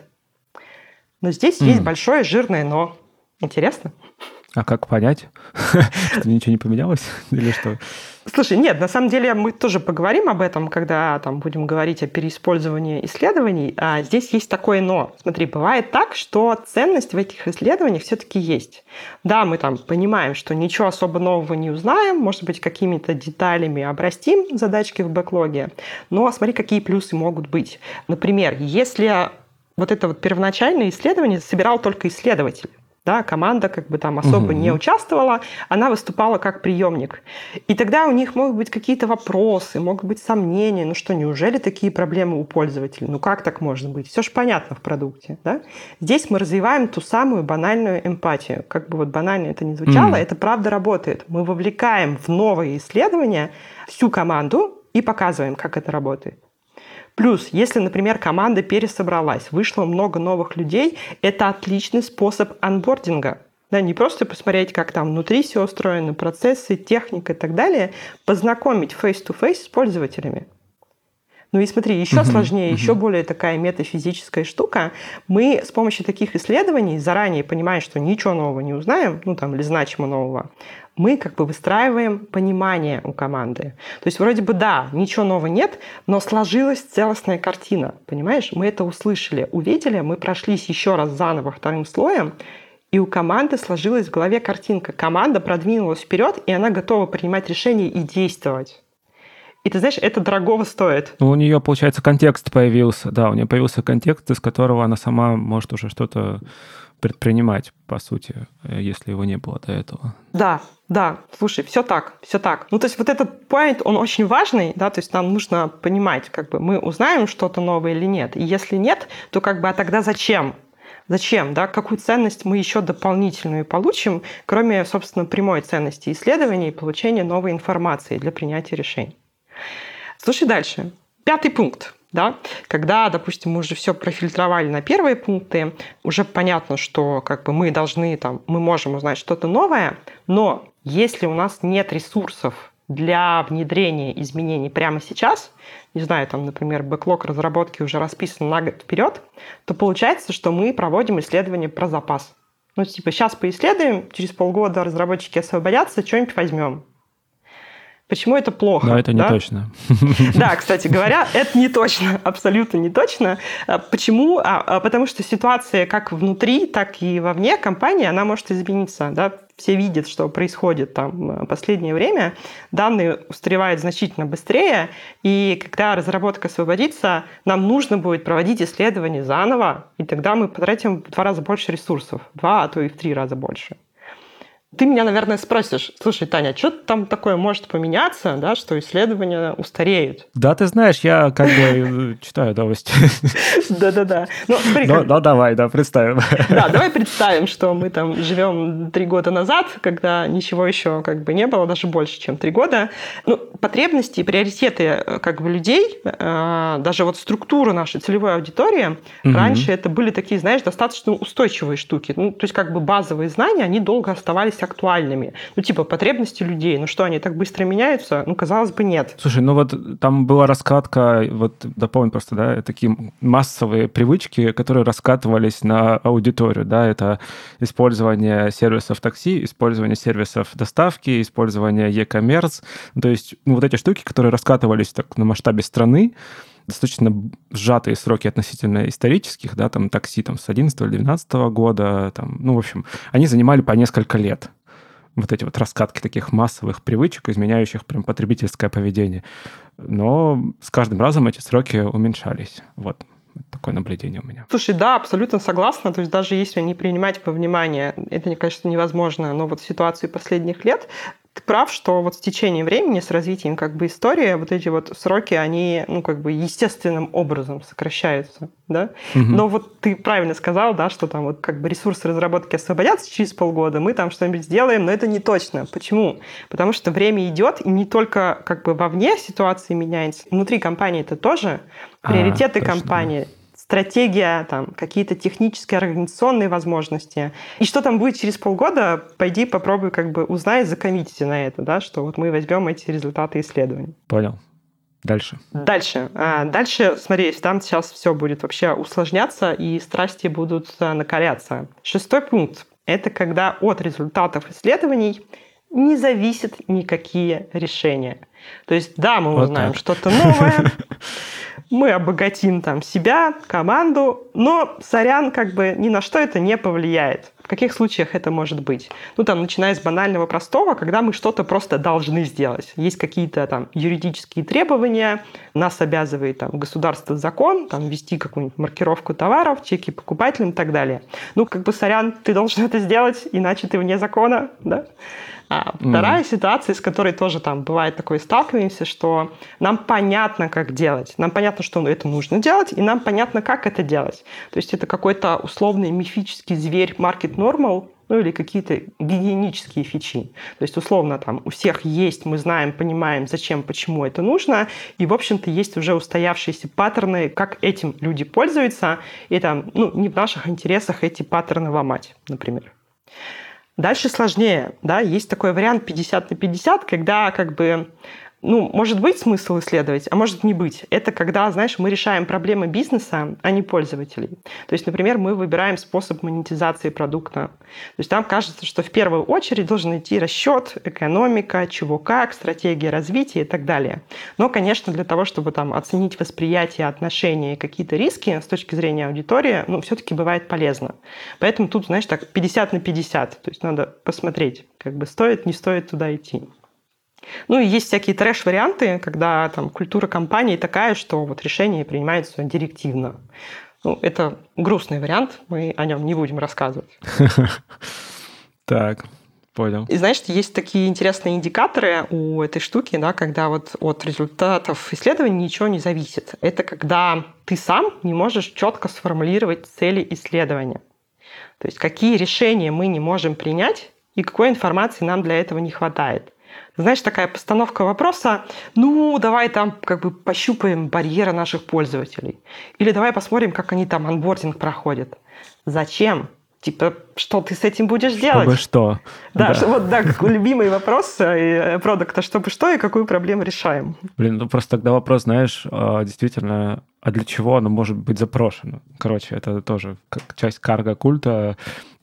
Но здесь mm. есть большое жирное «но». Интересно? А как понять, что ничего не поменялось? Или что? Слушай, нет, на самом деле мы тоже поговорим об этом, когда там будем говорить о переиспользовании исследований. А здесь есть такое «но». Смотри, бывает так, что ценность в этих исследованиях все-таки есть. Да, мы там понимаем, что ничего особо нового не узнаем, может быть, какими-то деталями обрастим задачки в бэклоге, но смотри, какие плюсы могут быть. Например, если вот это вот первоначальное исследование собирал только исследователь, да, команда как бы там особо угу. не участвовала, она выступала как приемник. И тогда у них могут быть какие-то вопросы, могут быть сомнения. Ну что, неужели такие проблемы у пользователей? Ну как так может быть? Все же понятно в продукте. Да? Здесь мы развиваем ту самую банальную эмпатию. Как бы вот банально это ни звучало, mm. это правда работает. Мы вовлекаем в новые исследования всю команду и показываем, как это работает. Плюс, если, например, команда пересобралась, вышло много новых людей, это отличный способ анбординга. Да, не просто посмотреть, как там внутри все устроено, процессы, техника и так далее, познакомить face-to-face с пользователями. Ну и смотри, еще uh-huh, сложнее, uh-huh. еще более такая метафизическая штука. Мы с помощью таких исследований, заранее понимая, что ничего нового не узнаем, ну там или значимо нового, мы как бы выстраиваем понимание у команды. То есть вроде бы да, ничего нового нет, но сложилась целостная картина, понимаешь? Мы это услышали, увидели, мы прошлись еще раз заново вторым слоем, и у команды сложилась в голове картинка. Команда продвинулась вперед, и она готова принимать решения и действовать. И ты знаешь, это дорогого стоит. Ну, у нее, получается, контекст появился. Да, у нее появился контекст, из которого она сама может уже что-то предпринимать, по сути, если его не было до этого. Да, да, слушай, все так, все так. Ну, то есть вот этот point, он очень важный, да, то есть нам нужно понимать, как бы мы узнаем что-то новое или нет. И если нет, то как бы, а тогда зачем? Зачем, да, какую ценность мы еще дополнительную получим, кроме, собственно, прямой ценности исследований и получения новой информации для принятия решений. Слушай дальше. Пятый пункт. Да? Когда, допустим, мы уже все профильтровали на первые пункты, уже понятно, что как бы, мы должны, там, мы можем узнать что-то новое, но если у нас нет ресурсов для внедрения изменений прямо сейчас, не знаю, там, например, бэклог разработки уже расписан на год вперед, то получается, что мы проводим исследование про запас. Ну, типа, сейчас поисследуем, через полгода разработчики освободятся, что-нибудь возьмем. Почему это плохо? Но это не да? точно. Да, кстати говоря, это не точно, абсолютно не точно. Почему? А, потому что ситуация как внутри, так и вовне компании, она может измениться. Да? Все видят, что происходит там в последнее время. Данные устаревают значительно быстрее, и когда разработка освободится, нам нужно будет проводить исследования заново, и тогда мы потратим в два раза больше ресурсов, в два, а то и в три раза больше. Ты меня, наверное, спросишь, слушай, Таня, что там такое может поменяться, да, что исследования устареют? Да, ты знаешь, я как бы читаю новости. Да-да-да. Ну, смотри, ну, как... ну, давай, да, представим. Да, давай представим, что мы там живем три года назад, когда ничего еще как бы не было, даже больше, чем три года. Ну, потребности и приоритеты как бы людей, даже вот структура нашей целевой аудитории, угу. раньше это были такие, знаешь, достаточно устойчивые штуки. Ну, то есть как бы базовые знания, они долго оставались актуальными. Ну, типа, потребности людей. Ну что, они так быстро меняются? Ну, казалось бы, нет. Слушай, ну вот там была раскатка, вот дополню просто, да, такие массовые привычки, которые раскатывались на аудиторию, да, это использование сервисов такси, использование сервисов доставки, использование e-commerce, то есть ну, вот эти штуки, которые раскатывались так на масштабе страны, достаточно сжатые сроки относительно исторических, да, там такси там, с одиннадцатого или двенадцатого года, там, ну, в общем, они занимали по несколько лет. Вот эти вот раскатки таких массовых привычек, изменяющих прям потребительское поведение. Но с каждым разом эти сроки уменьшались. Вот. Такое наблюдение у меня. Слушай, да, абсолютно согласна. То есть даже если не принимать во внимание, это, конечно, невозможно, но вот в ситуации последних лет ты прав, что вот с течением времени, с развитием как бы истории, вот эти вот сроки, они, ну, как бы естественным образом сокращаются, да? Угу. Но вот ты правильно сказал, да, что там вот как бы ресурсы разработки освободятся через полгода, мы там что-нибудь сделаем, но это не точно. Почему? Потому что время идет, и не только как бы вовне ситуация меняется, внутри компании это тоже, приоритеты а, компании, стратегия, там, какие-то технические, организационные возможности. И что там будет через полгода, пойди попробуй как бы узнай, закоммитите на это, да, что вот мы возьмем эти результаты исследований. Понял. Дальше. Дальше. А, дальше, смотри, там сейчас все будет вообще усложняться, и страсти будут накаляться. Шестой пункт. Это когда от результатов исследований не зависят никакие решения. То есть, да, мы вот узнаем так. что-то новое, мы обогатим там себя, команду, но, сорян, как бы ни на что это не повлияет. В каких случаях это может быть? Ну, там, начиная с банального простого, когда мы что-то просто должны сделать. Есть какие-то там юридические требования, нас обязывает там государство, закон, там, ввести какую-нибудь маркировку товаров, чеки покупателям и так далее. Ну, как бы, сорян, ты должен это сделать, иначе ты вне закона, да? А вторая mm. ситуация, с которой тоже там бывает такое сталкиваемся, что нам понятно, как делать. Нам понятно, что это нужно делать, и нам понятно, как это делать. То есть это какой-то условный мифический зверь market normal, ну или какие-то гигиенические фичи. То есть условно там у всех есть, мы знаем, понимаем, зачем, почему это нужно, и в общем-то есть уже устоявшиеся паттерны, как этим люди пользуются, и там ну, не в наших интересах эти паттерны ломать, например. Дальше сложнее, да, есть такой вариант пятьдесят на пятьдесят, когда как бы, ну, может быть смысл исследовать, а может не быть. Это когда, знаешь, мы решаем проблемы бизнеса, а не пользователей. То есть, например, мы выбираем способ монетизации продукта. То есть там кажется, что в первую очередь должен идти расчет, экономика, чего как, стратегия развития и так далее. Но, конечно, для того, чтобы там оценить восприятие, отношения и какие-то риски с точки зрения аудитории, ну, все-таки бывает полезно. Поэтому тут, знаешь, так пятьдесят на пятьдесят. То есть надо посмотреть, как бы стоит, не стоит туда идти. Ну и есть всякие трэш-варианты, когда там культура компании такая, что вот решения принимаются директивно. Ну, это грустный вариант, мы о нем не будем рассказывать. Так, понял. И знаешь, есть такие интересные индикаторы у этой штуки, да, когда вот от результатов исследований ничего не зависит. Это когда ты сам не можешь четко сформулировать цели исследования. То есть какие решения мы не можем принять и какой информации нам для этого не хватает. Знаешь, такая постановка вопроса, ну, давай там как бы пощупаем барьеры наших пользователей. Или давай посмотрим, как они там онбординг проходят. Зачем? Типа, что ты с этим будешь делать? Чтобы что. Да, да. Что, вот, да, любимый вопрос продукта, чтобы что и какую проблему решаем. Блин, ну просто тогда вопрос, знаешь, действительно, а для чего оно может быть запрошено? Короче, это тоже как часть карго-культа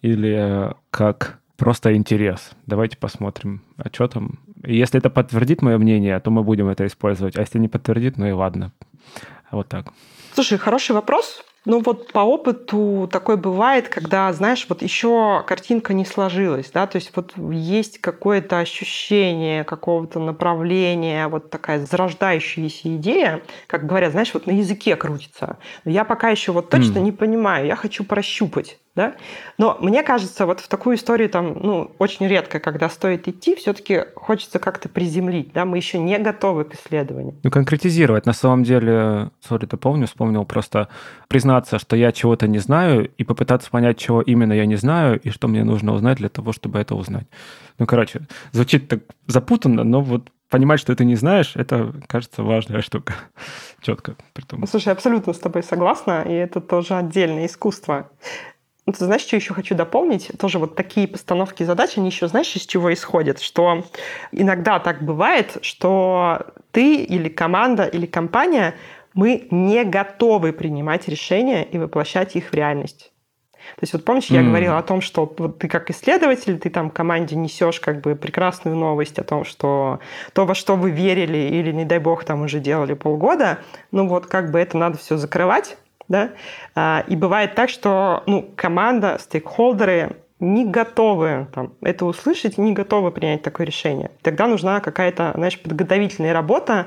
или как просто интерес. Давайте посмотрим, а что там. И если это подтвердит мое мнение, то мы будем это использовать. А если не подтвердит, ну и ладно. Вот так. Слушай, хороший вопрос. Ну вот по опыту такое бывает, когда, знаешь, вот еще картинка не сложилась, да, то есть вот есть какое-то ощущение какого-то направления, вот такая зарождающаяся идея, как говорят, знаешь, вот на языке крутится. Я пока еще вот точно mm. не понимаю, я хочу прощупать, да. Но мне кажется, вот в такую историю там, ну, очень редко, когда стоит идти, все-таки хочется как-то приземлить, да, мы еще не готовы к исследованию. Ну, конкретизировать. На самом деле, сори, ты помню, вспомнил просто признаться, что я чего-то не знаю, и попытаться понять, чего именно я не знаю, и что мне нужно узнать для того, чтобы это узнать. Ну, короче, звучит так запутанно, но вот понимать, что ты не знаешь, это, кажется, важная штука. Четко. Притом. Слушай, абсолютно с тобой согласна, и это тоже отдельное искусство. Ну, ты знаешь, что еще хочу дополнить? Тоже вот такие постановки задач, они еще, знаешь, из чего исходят? Что иногда так бывает, что ты или команда, или компания, мы не готовы принимать решения и воплощать их в реальность. То есть вот помнишь, я mm. говорила о том, что вот ты как исследователь, ты там команде несешь как бы прекрасную новость о том, что то, во что вы верили или, не дай бог, там уже делали полгода, ну вот как бы это надо все закрывать, да? И бывает так, что ну, команда, стейкхолдеры не готовы там, это услышать, не готовы принять такое решение. Тогда нужна какая-то, знаешь, подготовительная работа,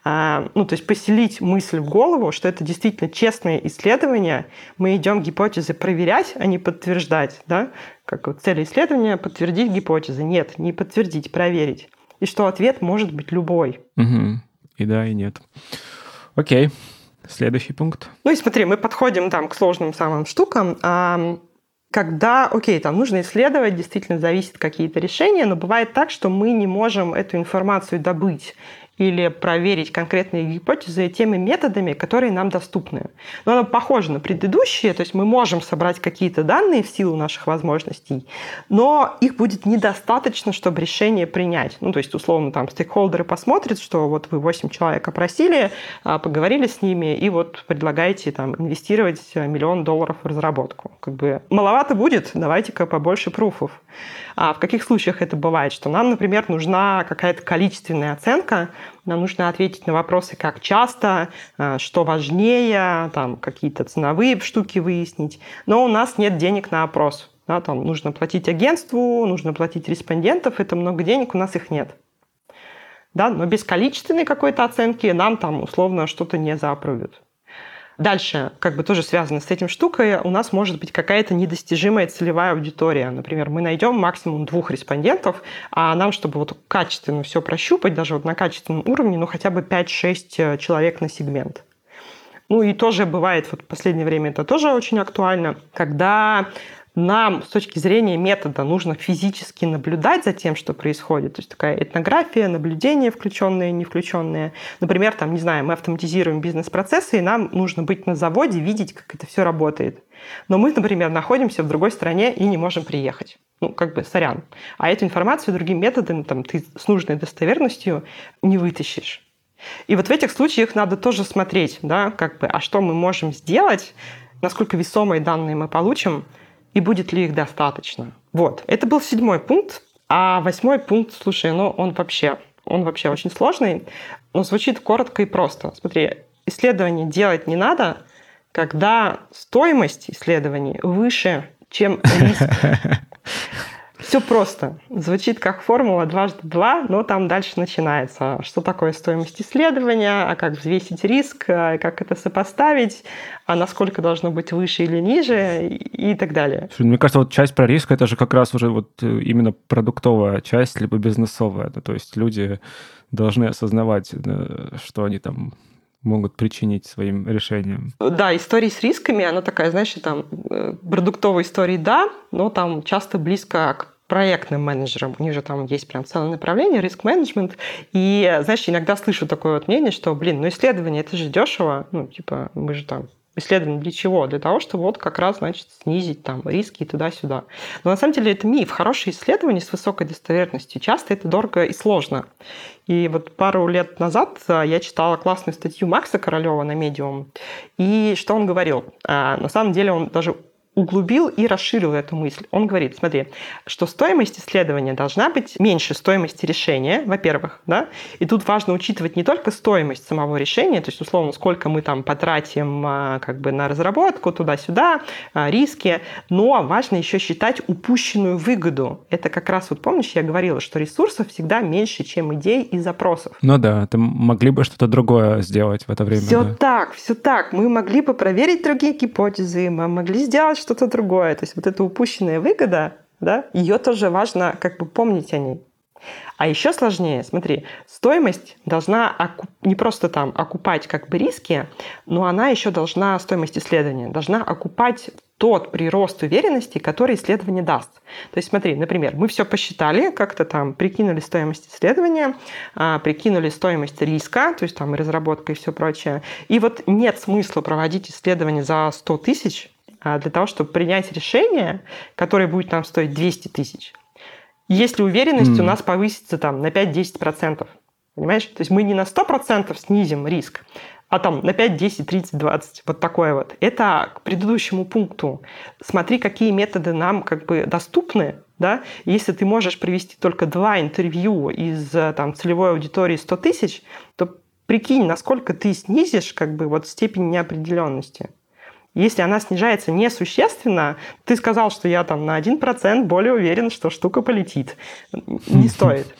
ну, то есть поселить мысль в голову, что это действительно честное исследование, мы идем гипотезы проверять, а не подтверждать, да? Как вот цель исследования — подтвердить гипотезы. Нет, не подтвердить, проверить. И что ответ может быть любой. Угу. И да, и нет. Окей. Следующий пункт. Ну и смотри, мы подходим там к сложным самым штукам. А когда, окей, там нужно исследовать, действительно зависят какие-то решения, но бывает так, что мы не можем эту информацию добыть или проверить конкретные гипотезы теми методами, которые нам доступны. Но оно похоже на предыдущие, то есть мы можем собрать какие-то данные в силу наших возможностей, но их будет недостаточно, чтобы решение принять. Ну, то есть, условно, там стейкхолдеры посмотрят, что вот вы восемь человек опросили, поговорили с ними, и вот предлагаете там инвестировать миллион долларов в разработку. Как бы маловато будет, давайте-ка побольше пруфов. А в каких случаях это бывает? Что нам, например, нужна какая-то количественная оценка, нам нужно ответить на вопросы, как часто, что важнее, там, какие-то ценовые штуки выяснить, но у нас нет денег на опрос. Да, там нужно платить агентству, нужно платить респондентов, это много денег, у нас их нет. Да, но без количественной какой-то оценки нам там условно что-то не заапрувят. Дальше, как бы тоже связано с этим штукой, у нас может быть какая-то недостижимая целевая аудитория. Например, мы найдем максимум двух респондентов, а нам, чтобы вот качественно все прощупать, даже вот на качественном уровне, ну хотя бы пять-шесть человек на сегмент. Ну и тоже бывает, вот в последнее время это тоже очень актуально, когда нам с точки зрения метода нужно физически наблюдать за тем, что происходит. То есть такая этнография, наблюдение включенные, не включенные. Например, там, не знаю, мы автоматизируем бизнес-процессы, и нам нужно быть на заводе, видеть, как это все работает. Но мы, например, находимся в другой стране и не можем приехать. Ну, как бы, сорян. А эту информацию другим методом там, ты с нужной достоверностью не вытащишь. И вот в этих случаях надо тоже смотреть, да, как бы, а что мы можем сделать, насколько весомые данные мы получим, и будет ли их достаточно. Вот. Это был седьмой пункт. А восьмой пункт, слушай, ну он вообще, он вообще очень сложный, но звучит коротко и просто. Смотри, исследование делать не надо, когда стоимость исследований выше, чем риск. Все просто. Звучит как формула дважды два, но там дальше начинается. Что такое стоимость исследования, а как взвесить риск, а как это сопоставить, а насколько должно быть выше или ниже и так далее. Слушай, мне кажется, вот часть про риск, это же как раз уже вот именно продуктовая часть, либо бизнесовая. То есть люди должны осознавать, что они там могут причинить своим решением. Да, история с рисками, она такая, знаешь, там продуктовые истории, да, но там часто близко к проектным менеджерам. У них же там есть прям целое направление, риск-менеджмент. И, знаешь, иногда слышу такое вот мнение, что, блин, ну исследование, это же дешево. Ну, типа, мы же там исследование для чего? Для того, чтобы вот как раз, значит, снизить там риски и туда-сюда. Но на самом деле это миф. Хорошие исследования с высокой достоверностью часто это дорого и сложно. И вот пару лет назад я читала классную статью Макса Королева на Medium. И что он говорил? На самом деле он даже углубил и расширил эту мысль. Он говорит, смотри, что стоимость исследования должна быть меньше стоимости решения, во-первых, да, и тут важно учитывать не только стоимость самого решения, то есть, условно, сколько мы там потратим как бы на разработку, туда-сюда, риски, но важно еще считать упущенную выгоду. Это как раз, вот помнишь, я говорила, что ресурсов всегда меньше, чем идей и запросов. Ну да, ты могли бы что-то другое сделать в это время. Все да. так, все так. Мы могли бы проверить другие гипотезы, мы могли сделать что-то другое. То есть вот эта упущенная выгода, да, ее тоже важно как бы помнить о ней. А еще сложнее, смотри, стоимость должна окуп... не просто там окупать как бы риски, но она еще должна, стоимость исследования, должна окупать тот прирост уверенности, который исследование даст. То есть смотри, например, мы все посчитали, как-то там прикинули стоимость исследования, прикинули стоимость риска, то есть там и разработка и все прочее. И вот нет смысла проводить исследование за сто тысяч для того, чтобы принять решение, которое будет нам стоить двести тысяч. Если уверенность mm. у нас повысится там, на пять-десять процентов, понимаешь? То есть мы не на сто процентов снизим риск, а там на пять, десять, тридцать, двадцать, вот такое вот. Это к предыдущему пункту. Смотри, какие методы нам как бы доступны, да? Если ты можешь привести только два интервью из там, целевой аудитории сто тысяч, то прикинь, насколько ты снизишь как бы вот степень неопределенности. Если она снижается несущественно, ты сказал, что я там на один процент более уверен, что штука полетит. Не стоит.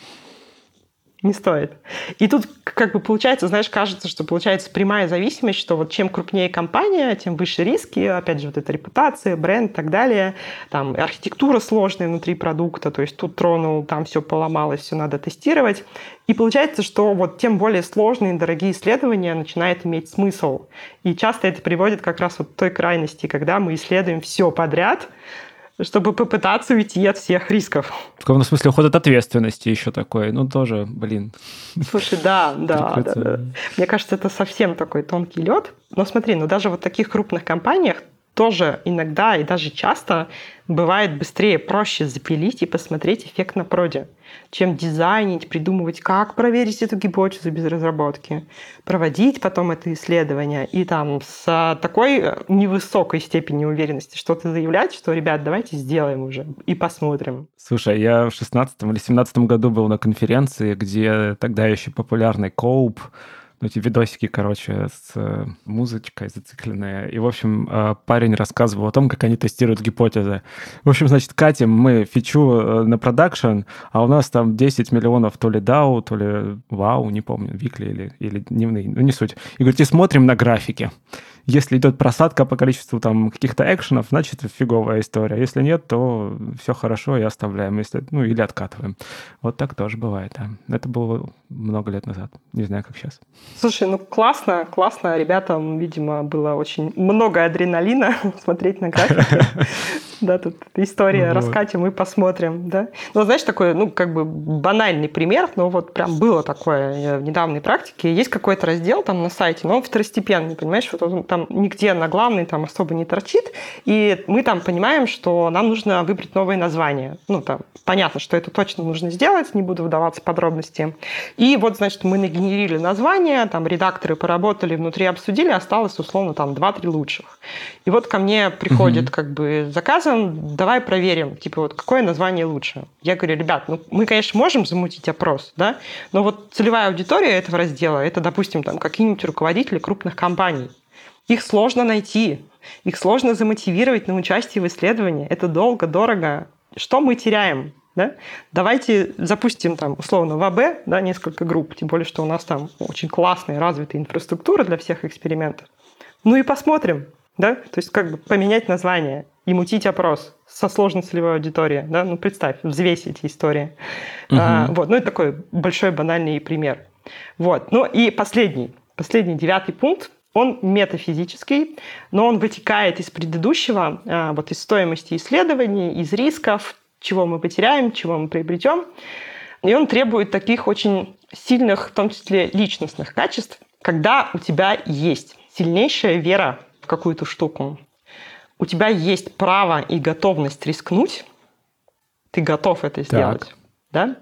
Не стоит. И тут как бы получается, знаешь, кажется, что получается прямая зависимость, что вот чем крупнее компания, тем выше риски, опять же, вот эта репутация, бренд и так далее, там архитектура сложная внутри продукта, то есть тут тронул, там все поломалось, все надо тестировать. И получается, что вот тем более сложные и дорогие исследования начинают иметь смысл. И часто это приводит как раз вот к той крайности, когда мы исследуем все подряд, чтобы попытаться уйти от всех рисков. В каком-то смысле уход от ответственности еще такой. Ну, тоже, блин. Слушай, да, да, да, да. Мне кажется, это совсем такой тонкий лед. Но смотри, ну даже вот в таких крупных компаниях тоже иногда и даже часто бывает быстрее, проще запилить и посмотреть эффект на проде, чем дизайнить, придумывать, как проверить эту гипотезу без разработки, проводить потом это исследование и там с такой невысокой степенью уверенности что-то заявлять, что, ребят, давайте сделаем уже и посмотрим. Слушай, я в шестнадцатом или семнадцатом году был на конференции, где тогда еще популярный Коуп, ну, эти видосики, короче, с музычкой зацикленные. И, в общем, парень рассказывал о том, как они тестируют гипотезы. В общем, значит, катим мы фичу на продакшн, а у нас там десять миллионов то ли дау, то ли вау, не помню, викли или, или дневные, ну, не суть. И, говорит, и смотрим на графики. Если идет просадка по количеству там каких-то экшенов, значит, фиговая история. Если нет, то все хорошо и оставляем. Если, ну, или откатываем. Вот так тоже бывает. Да. Это было много лет назад. Не знаю, как сейчас. Слушай, ну классно, классно. Ребятам, видимо, было очень много адреналина смотреть на графики. Да, тут история раскатим и посмотрим, да. Ну, знаешь, такой, ну, как бы банальный пример, но вот прям было такое в недавней практике. Есть какой-то раздел там на сайте, но он второстепенный, понимаешь, вот он там нигде на главный там особо не торчит, и мы там понимаем, что нам нужно выбрать новые названия. Ну, там понятно, что это точно нужно сделать, не буду вдаваться в подробности. И вот, значит, мы нагенерили название, там редакторы поработали, внутри обсудили, осталось, условно, там два-три лучших. И вот ко мне приходит, mm-hmm. как бы, заказом, давай проверим, типа, вот какое название лучше. Я говорю, ребят, ну, мы, конечно, можем замутить опрос, да, но вот целевая аудитория этого раздела, это, допустим, там, какие-нибудь руководители крупных компаний. Их сложно найти, их сложно замотивировать на участие в исследовании. Это долго, дорого. Что мы теряем? Да? Давайте запустим там условно в АБ, да, несколько групп, тем более, что у нас там очень классная, развитая инфраструктура для всех экспериментов. Ну и посмотрим, да, то есть как бы поменять название и мутить опрос со сложной целевой аудиторией, да, ну представь, взвесь эти истории. Uh-huh. А, вот, ну это такой большой банальный пример. Вот, ну и последний, последний девятый пункт, он метафизический, но он вытекает из предыдущего, а, вот из стоимости исследований, из рисков, чего мы потеряем, чего мы приобретем. И он требует таких очень сильных, в том числе личностных качеств, когда у тебя есть сильнейшая вера в какую-то штуку, у тебя есть право и готовность рискнуть, ты готов это сделать, так. Да?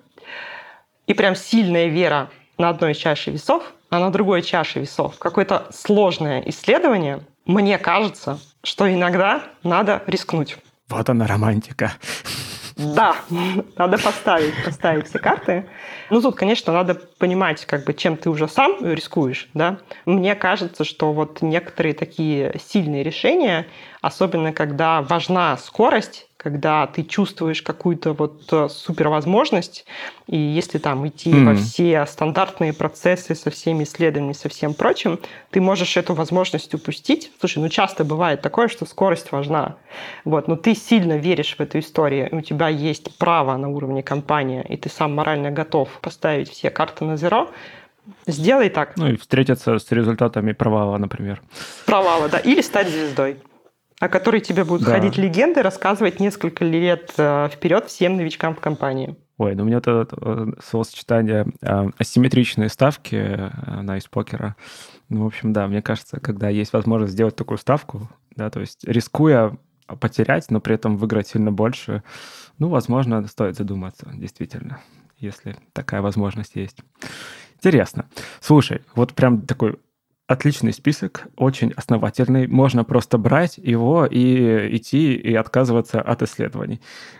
И прям сильная вера на одной чаше весов, а на другой чаше весов какое-то сложное исследование, мне кажется, что иногда надо рискнуть. Вот она романтика. Да, надо поставить, поставить все карты. Ну, тут, конечно, надо понимать, как бы, чем ты уже сам рискуешь, да. Мне кажется, что вот некоторые такие сильные решения, особенно когда важна скорость, когда ты чувствуешь какую-то вот супервозможность, и если там идти mm-hmm. во все стандартные процессы со всеми исследованиями, со всем прочим, ты можешь эту возможность упустить. Слушай, ну часто бывает такое, что скорость важна. Вот, но ты сильно веришь в эту историю, и у тебя есть право на уровне компании, и ты сам морально готов поставить все карты на зеро, сделай так. Ну и встретиться с результатами провала, например. Провала, да, или стать звездой, о которой тебе будут да. ходить легенды, рассказывать несколько лет вперед всем новичкам в компании. Ой, ну у меня это словосочетание асимметричные ставки на из-покера. Ну, в общем, да, мне кажется, когда есть возможность сделать такую ставку, да, то есть рискуя потерять, но при этом выиграть сильно больше, ну, возможно, стоит задуматься, действительно, если такая возможность есть. Интересно. Слушай, вот прям такой отличный список, очень основательный. Можно просто брать его и идти и отказываться от исследований.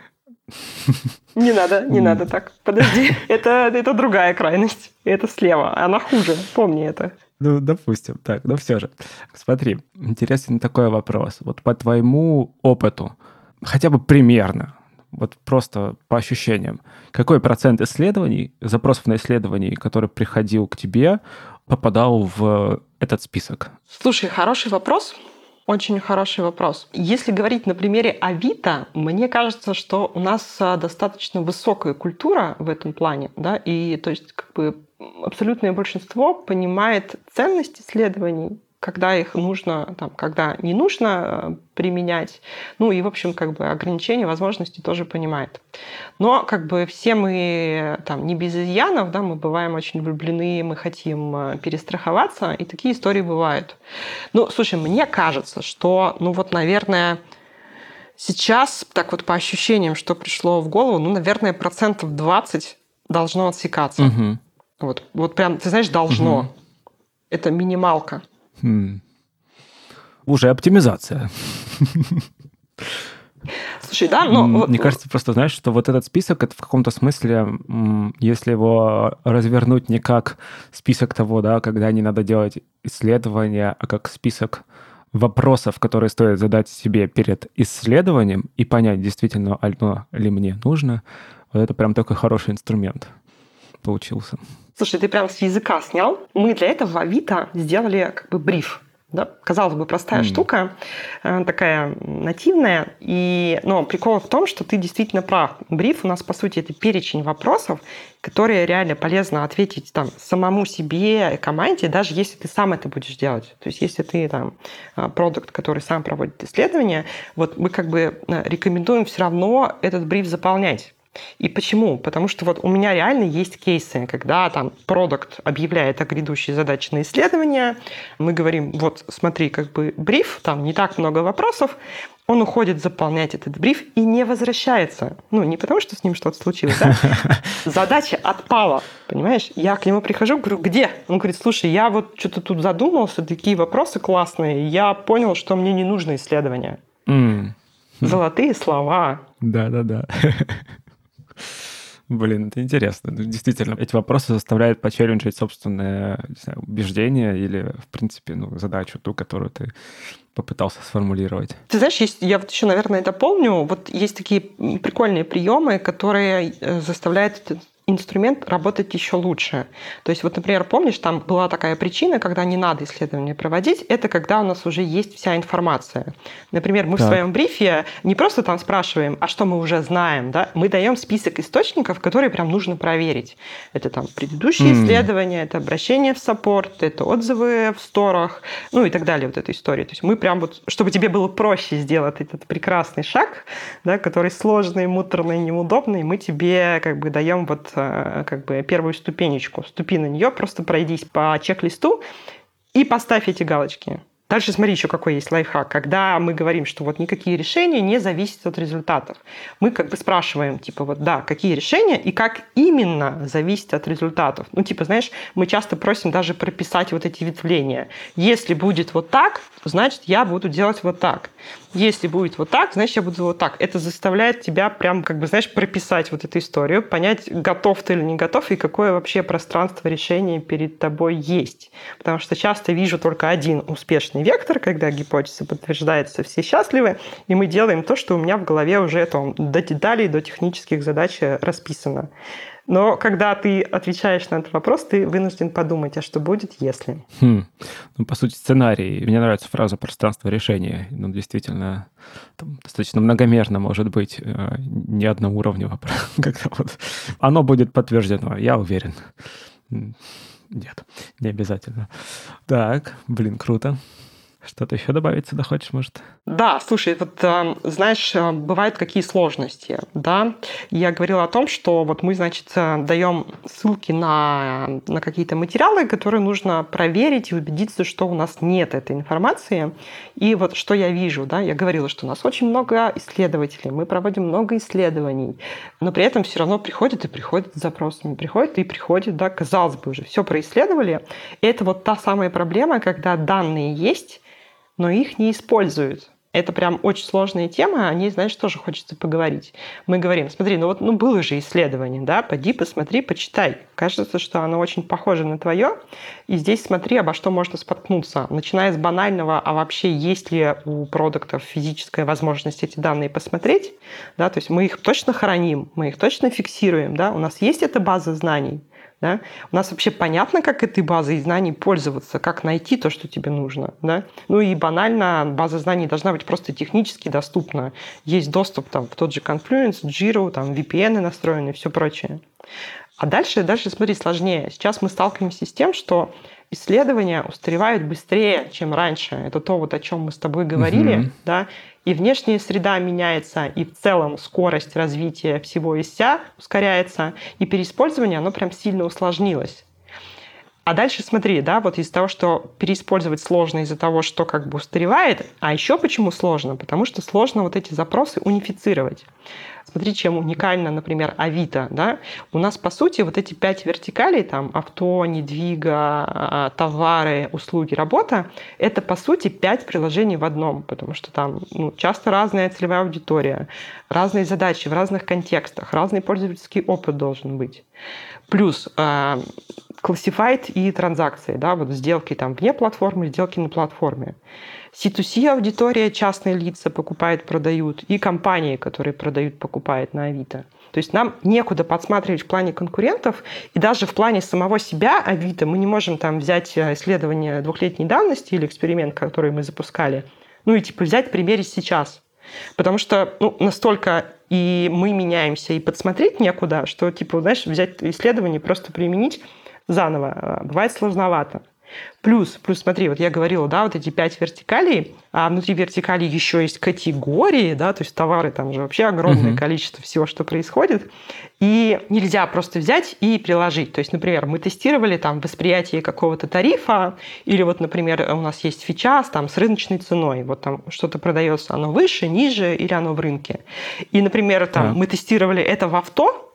Не надо, не надо так. Подожди, это, это другая крайность. Это слева, она хуже, помни это. Ну, допустим, так, но все же. Смотри, интересен такой вопрос. Вот по твоему опыту, хотя бы примерно, вот просто по ощущениям, какой процент исследований, запросов на исследования, который приходил к тебе, попадал в этот список? Слушай, хороший вопрос. Очень хороший вопрос. Если говорить на примере Авито, мне кажется, что у нас достаточно высокая культура в этом плане, да, и то есть как бы абсолютное большинство понимает ценность исследований, когда их нужно, там, когда не нужно применять. Ну и, в общем, как бы ограничения, возможности тоже понимает. Но как бы все мы там не без изъянов, да, мы бываем очень влюблены, мы хотим перестраховаться, и такие истории бывают. Ну, слушай, мне кажется, что, ну вот, наверное, сейчас, так вот по ощущениям, что пришло в голову, ну, наверное, процентов двадцать должно отсекаться. Угу. Вот, вот прям, ты знаешь, должно. Угу. Это минималка. Хм. Уже оптимизация. Слушай, да, но... Мне кажется, просто, знаешь, что вот этот список, это в каком-то смысле, если его развернуть не как список того, да, когда не надо делать исследования, а как список вопросов, которые стоит задать себе перед исследованием и понять, действительно, оно ли мне нужно, вот это прям такой хороший инструмент получился. Слушай, ты прям с языка снял. Мы для этого в Авито сделали как бы бриф. Да? Казалось бы, простая mm. штука, такая нативная. И, но прикол в том, что ты действительно прав. Бриф у нас, по сути, это перечень вопросов, которые реально полезно ответить там, самому себе и команде, даже если ты сам это будешь делать. То есть если ты там продукт, который сам проводит исследования, вот мы как бы рекомендуем все равно этот бриф заполнять. И почему? Потому что вот у меня реально есть кейсы, когда там продукт объявляет о грядущей задаче на исследование, мы говорим, вот смотри, как бы бриф, там не так много вопросов, он уходит заполнять этот бриф и не возвращается. Ну, не потому, что с ним что-то случилось, да? Задача отпала, понимаешь? Я к нему прихожу, говорю, где? Он говорит, слушай, я вот что-то тут задумался, такие вопросы классные, я понял, что мне не нужно исследование. Mm. Золотые слова. Да-да-да. Блин, это интересно. Действительно, эти вопросы заставляют почелленджить собственное, не знаю, убеждение или, в принципе, ну, задачу, ту, которую ты попытался сформулировать. Ты знаешь, есть, я вот еще, наверное, дополню. Вот есть такие прикольные приемы, которые заставляют этот инструмент работать еще лучше. То есть вот, например, помнишь, там была такая причина, когда не надо исследования проводить, это когда у нас уже есть вся информация. Например, мы так. в своем брифе не просто там спрашиваем, а что мы уже знаем, да? Мы даем список источников, которые прям нужно проверить. Это там предыдущие mm. исследования, это обращение в саппорт, это отзывы в сторах, ну и так далее, вот эта история. То есть мы прям вот, чтобы тебе было проще сделать этот прекрасный шаг, да, который сложный, муторный, неудобный, мы тебе как бы даем вот как бы первую ступенечку. Ступи на нее, просто пройдись по чек-листу и поставь эти галочки. Дальше смотри, еще какой есть лайфхак. Когда мы говорим, что вот никакие решения не зависят от результатов, мы как бы спрашиваем, типа, вот да, какие решения и как именно зависит от результатов. Ну, типа, знаешь, мы часто просим даже прописать вот эти ветвления. Если будет вот так, значит, я буду делать вот так. Если будет вот так, значит, я буду вот так. Это заставляет тебя прям, как бы, знаешь, прописать вот эту историю, понять, готов ты или не готов, и какое вообще пространство решения перед тобой есть. Потому что часто вижу только один успешный вектор, когда гипотеза подтверждается, все счастливы, и мы делаем то, что у меня в голове уже там, до деталей, до технических задач расписано. Но когда ты отвечаешь на этот вопрос, ты вынужден подумать, а что будет, если? Хм. Ну, по сути, сценарий. Мне нравится фраза «пространство решения». Ну, действительно, там, достаточно многомерно может быть, э, не одноуровнево. Когда вот оно будет подтверждено, я уверен. Нет, не обязательно. Так, блин, круто. Что-то еще добавить сюда хочешь, может? Да, слушай, вот знаешь, бывают какие сложности, да? Я говорила о том, что вот мы, значит, даем ссылки на, на какие-то материалы, которые нужно проверить и убедиться, что у нас нет этой информации. И вот что я вижу, да? Я говорила, что у нас очень много исследователей, мы проводим много исследований, но при этом все равно приходят и приходят с запросами, приходят и приходят, да, казалось бы, уже все происследовали. И это вот та самая проблема, когда данные есть, но их не используют. Это прям очень сложная тема, о ней, знаешь, тоже хочется поговорить. Мы говорим, смотри, ну вот ну было же исследование, да, поди, посмотри, почитай. Кажется, что оно очень похоже на твое, и здесь смотри, обо что можно споткнуться. Начиная с банального, а вообще есть ли у продуктов физическая возможность эти данные посмотреть, да, то есть мы их точно храним, мы их точно фиксируем, да, у нас есть эта база знаний. Да? У нас вообще понятно, как этой базой знаний пользоваться, как найти то, что тебе нужно. Да? Ну и банально, база знаний должна быть просто технически доступна. Есть доступ там, в тот же Confluence, Jira, там, ви пи эн настроены и все прочее. А дальше, дальше, смотри, сложнее. Сейчас мы сталкиваемся с тем, что исследования устаревают быстрее, чем раньше. Это то, вот, о чем мы с тобой говорили. Mm-hmm. Да? И внешняя среда меняется, и в целом скорость развития всего и вся ускоряется, и переиспользование, оно прям сильно усложнилось. А дальше смотри, да, вот из-за того, что переиспользовать сложно из-за того, что как бы устаревает, а еще почему сложно? Потому что сложно вот эти запросы унифицировать. Смотри, чем уникально, например, Авито, да? У нас, по сути, вот эти пять вертикалей, там, авто, недвига, товары, услуги, работа, это, по сути, пять приложений в одном, потому что там ну, часто разная целевая аудитория, разные задачи в разных контекстах, разный пользовательский опыт должен быть. Плюс э, classified и транзакции, да, вот сделки там вне платформы, сделки на платформе. си ту си аудитория, частные лица покупают, продают, и компании, которые продают, покупают на Авито. То есть нам некуда подсматривать в плане конкурентов, и даже в плане самого себя Авито мы не можем там взять исследование двухлетней давности или эксперимент, который мы запускали, ну и типа взять, примерить сейчас. Потому что ну, настолько и мы меняемся, и подсмотреть некуда, что типа, знаешь, взять исследование, просто применить заново бывает сложновато. Плюс, плюс, смотри, вот я говорила, да, вот эти пять вертикалей, а внутри вертикалей еще есть категории, да, то есть товары, там же вообще огромное uh-huh. количество всего, что происходит, и нельзя просто взять и приложить. То есть, например, мы тестировали там восприятие какого-то тарифа, или вот, например, у нас есть фича там с рыночной ценой, вот там что-то продается, оно выше, ниже, или оно в рынке. И, например, там uh-huh. мы тестировали это в авто,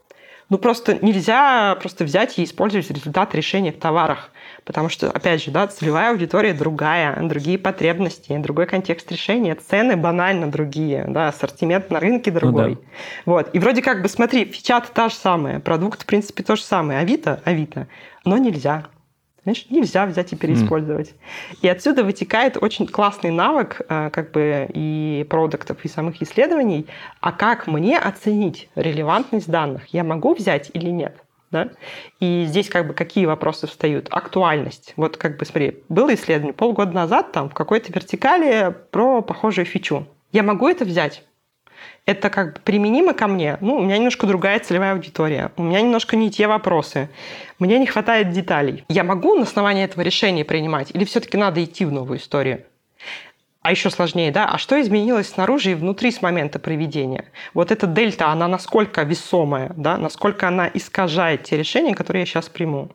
Ну, просто нельзя просто взять и использовать результат решения в товарах. Потому что, опять же, да, целевая аудитория другая, другие потребности, другой контекст решения, цены банально другие, да, ассортимент на рынке другой. Ну, да. Вот. И вроде как бы, смотри, фича-то та же самая, продукт, в принципе, то же самое. Авито, Авито, но нельзя. Знаешь, нельзя взять и переиспользовать. Mm. И отсюда вытекает очень классный навык как бы и продуктов, и самых исследований, а как мне оценить релевантность данных? Я могу взять или нет? Да? И здесь как бы какие вопросы встают? Актуальность. Вот как бы смотри, было исследование полгода назад там в какой-то вертикали про похожую фичу. Я могу это взять? Это как бы применимо ко мне? Ну, у меня немножко другая целевая аудитория. У меня немножко не те вопросы. Мне не хватает деталей. Я могу на основании этого решения принимать? Или все-таки надо идти в новую историю? А еще сложнее, да? А что изменилось снаружи и внутри с момента проведения? Вот эта дельта, она насколько весомая, да? Насколько она искажает те решения, которые я сейчас приму?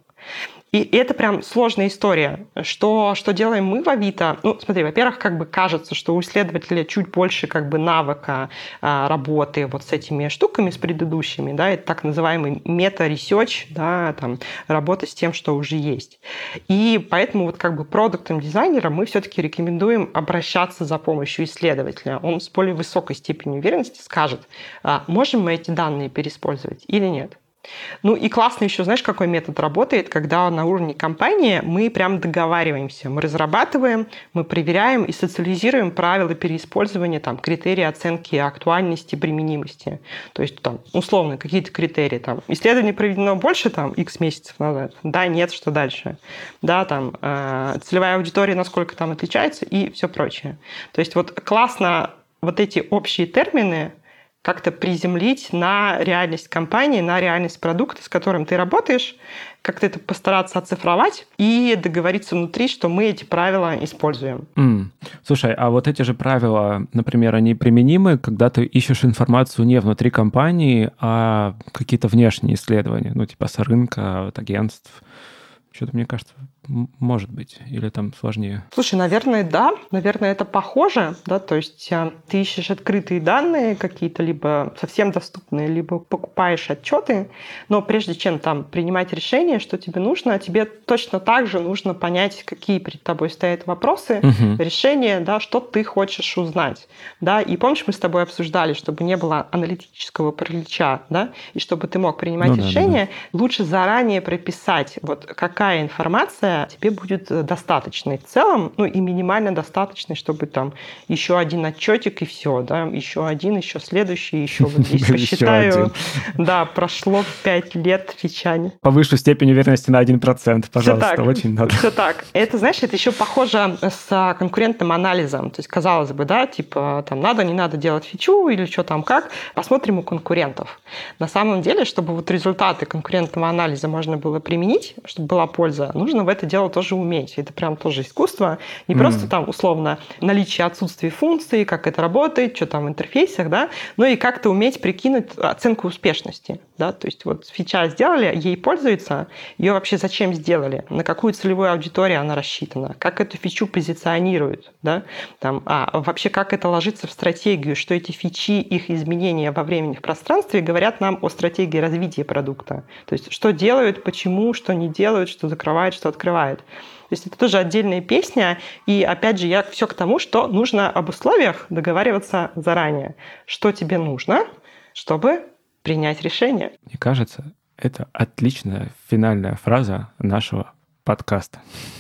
И это прям сложная история. Что, что делаем мы в Авито? Ну, смотри, во-первых, как бы кажется, что у исследователя чуть больше как бы навыка а, работы вот с этими штуками, с предыдущими, да, это так называемый мета-ресерч, да, там, работа с тем, что уже есть. И поэтому вот как бы продуктом дизайнера мы все-таки рекомендуем обращаться за помощью исследователя. Он с более высокой степенью уверенности скажет, а, можем мы эти данные переиспользовать или нет. Ну и классно еще, знаешь, какой метод работает, когда на уровне компании мы прям договариваемся, мы разрабатываем, мы проверяем и социализируем правила переиспользования, там, критерии оценки актуальности, применимости. То есть там условно какие-то критерии. Там, исследование проведено больше там, X месяцев назад. Да, нет, что дальше? Да, там, э, целевая аудитория насколько там отличается и все прочее. То есть вот классно вот эти общие термины как-то приземлить на реальность компании, на реальность продукта, с которым ты работаешь, как-то это постараться оцифровать и договориться внутри, что мы эти правила используем. Mm. Слушай, а вот эти же правила, например, они применимы, когда ты ищешь информацию не внутри компании, а какие-то внешние исследования, ну типа с рынка, от агентств? Что-то, мне кажется, может быть. Или там сложнее? Слушай, наверное, да. Наверное, это похоже. Да? То есть ты ищешь открытые данные какие-то, либо совсем доступные, либо покупаешь отчеты. Но прежде чем там принимать решение, что тебе нужно, тебе точно так же нужно понять, какие перед тобой стоят вопросы, угу. решения, да, что ты хочешь узнать. Да? И помнишь, мы с тобой обсуждали, чтобы не было аналитического паралича, да? И чтобы ты мог принимать ну, решение, да, да, да. лучше заранее прописать, вот как какая информация тебе будет достаточной в целом, ну и минимально достаточной, чтобы там еще один отчетик и все, да, еще один, еще следующий, еще вот здесь посчитаю. Да, прошло пять лет фичани. Повышу степень уверенности на один процент, пожалуйста, очень надо. Все так. Это, знаешь, это еще похоже с конкурентным анализом. То есть, казалось бы, да, типа там надо, не надо делать фичу или что там как, посмотрим у конкурентов. На самом деле, чтобы вот результаты конкурентного анализа можно было применить, чтобы была польза, нужно в это дело тоже уметь. Это прям тоже искусство. Не mm. просто там, условно, наличие отсутствия функций, как это работает, что там в интерфейсах, да, но и как-то уметь прикинуть оценку успешности. Да? То есть вот фича сделали, ей пользуются, ее вообще зачем сделали, на какую целевую аудиторию она рассчитана, как эту фичу позиционируют, да? Там, а вообще как это ложится в стратегию, что эти фичи, их изменения во времени в пространстве говорят нам о стратегии развития продукта. То есть что делают, почему, что не делают, что закрывает, что открывает. То есть это тоже отдельная песня. И опять же, я все к тому, что нужно об условиях договариваться заранее. Что тебе нужно, чтобы принять решение. Мне кажется, это отличная финальная фраза нашего подкаста.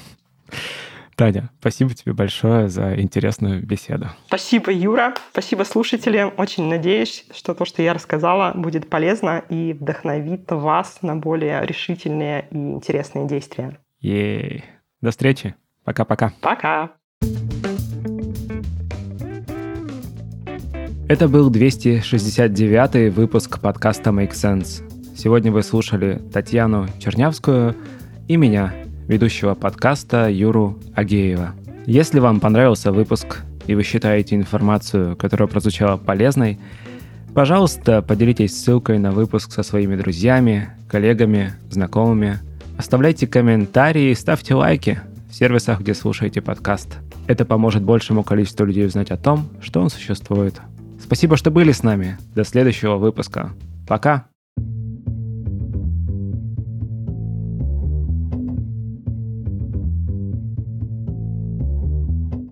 Таня, спасибо тебе большое за интересную беседу. Спасибо, Юра. Спасибо слушателям. Очень надеюсь, что то, что я рассказала, будет полезно и вдохновит вас на более решительные и интересные действия. Ей. До встречи. Пока-пока. Пока. Это был двести шестьдесят девятый выпуск подкаста Make Sense. Сегодня вы слушали Татьяну Чернявскую и меня, ведущего подкаста Юру Агеева. Если вам понравился выпуск и вы считаете информацию, которая прозвучала, полезной, пожалуйста, поделитесь ссылкой на выпуск со своими друзьями, коллегами, знакомыми. Оставляйте комментарии и ставьте лайки в сервисах, где слушаете подкаст. Это поможет большему количеству людей узнать о том, что он существует. Спасибо, что были с нами. До следующего выпуска. Пока!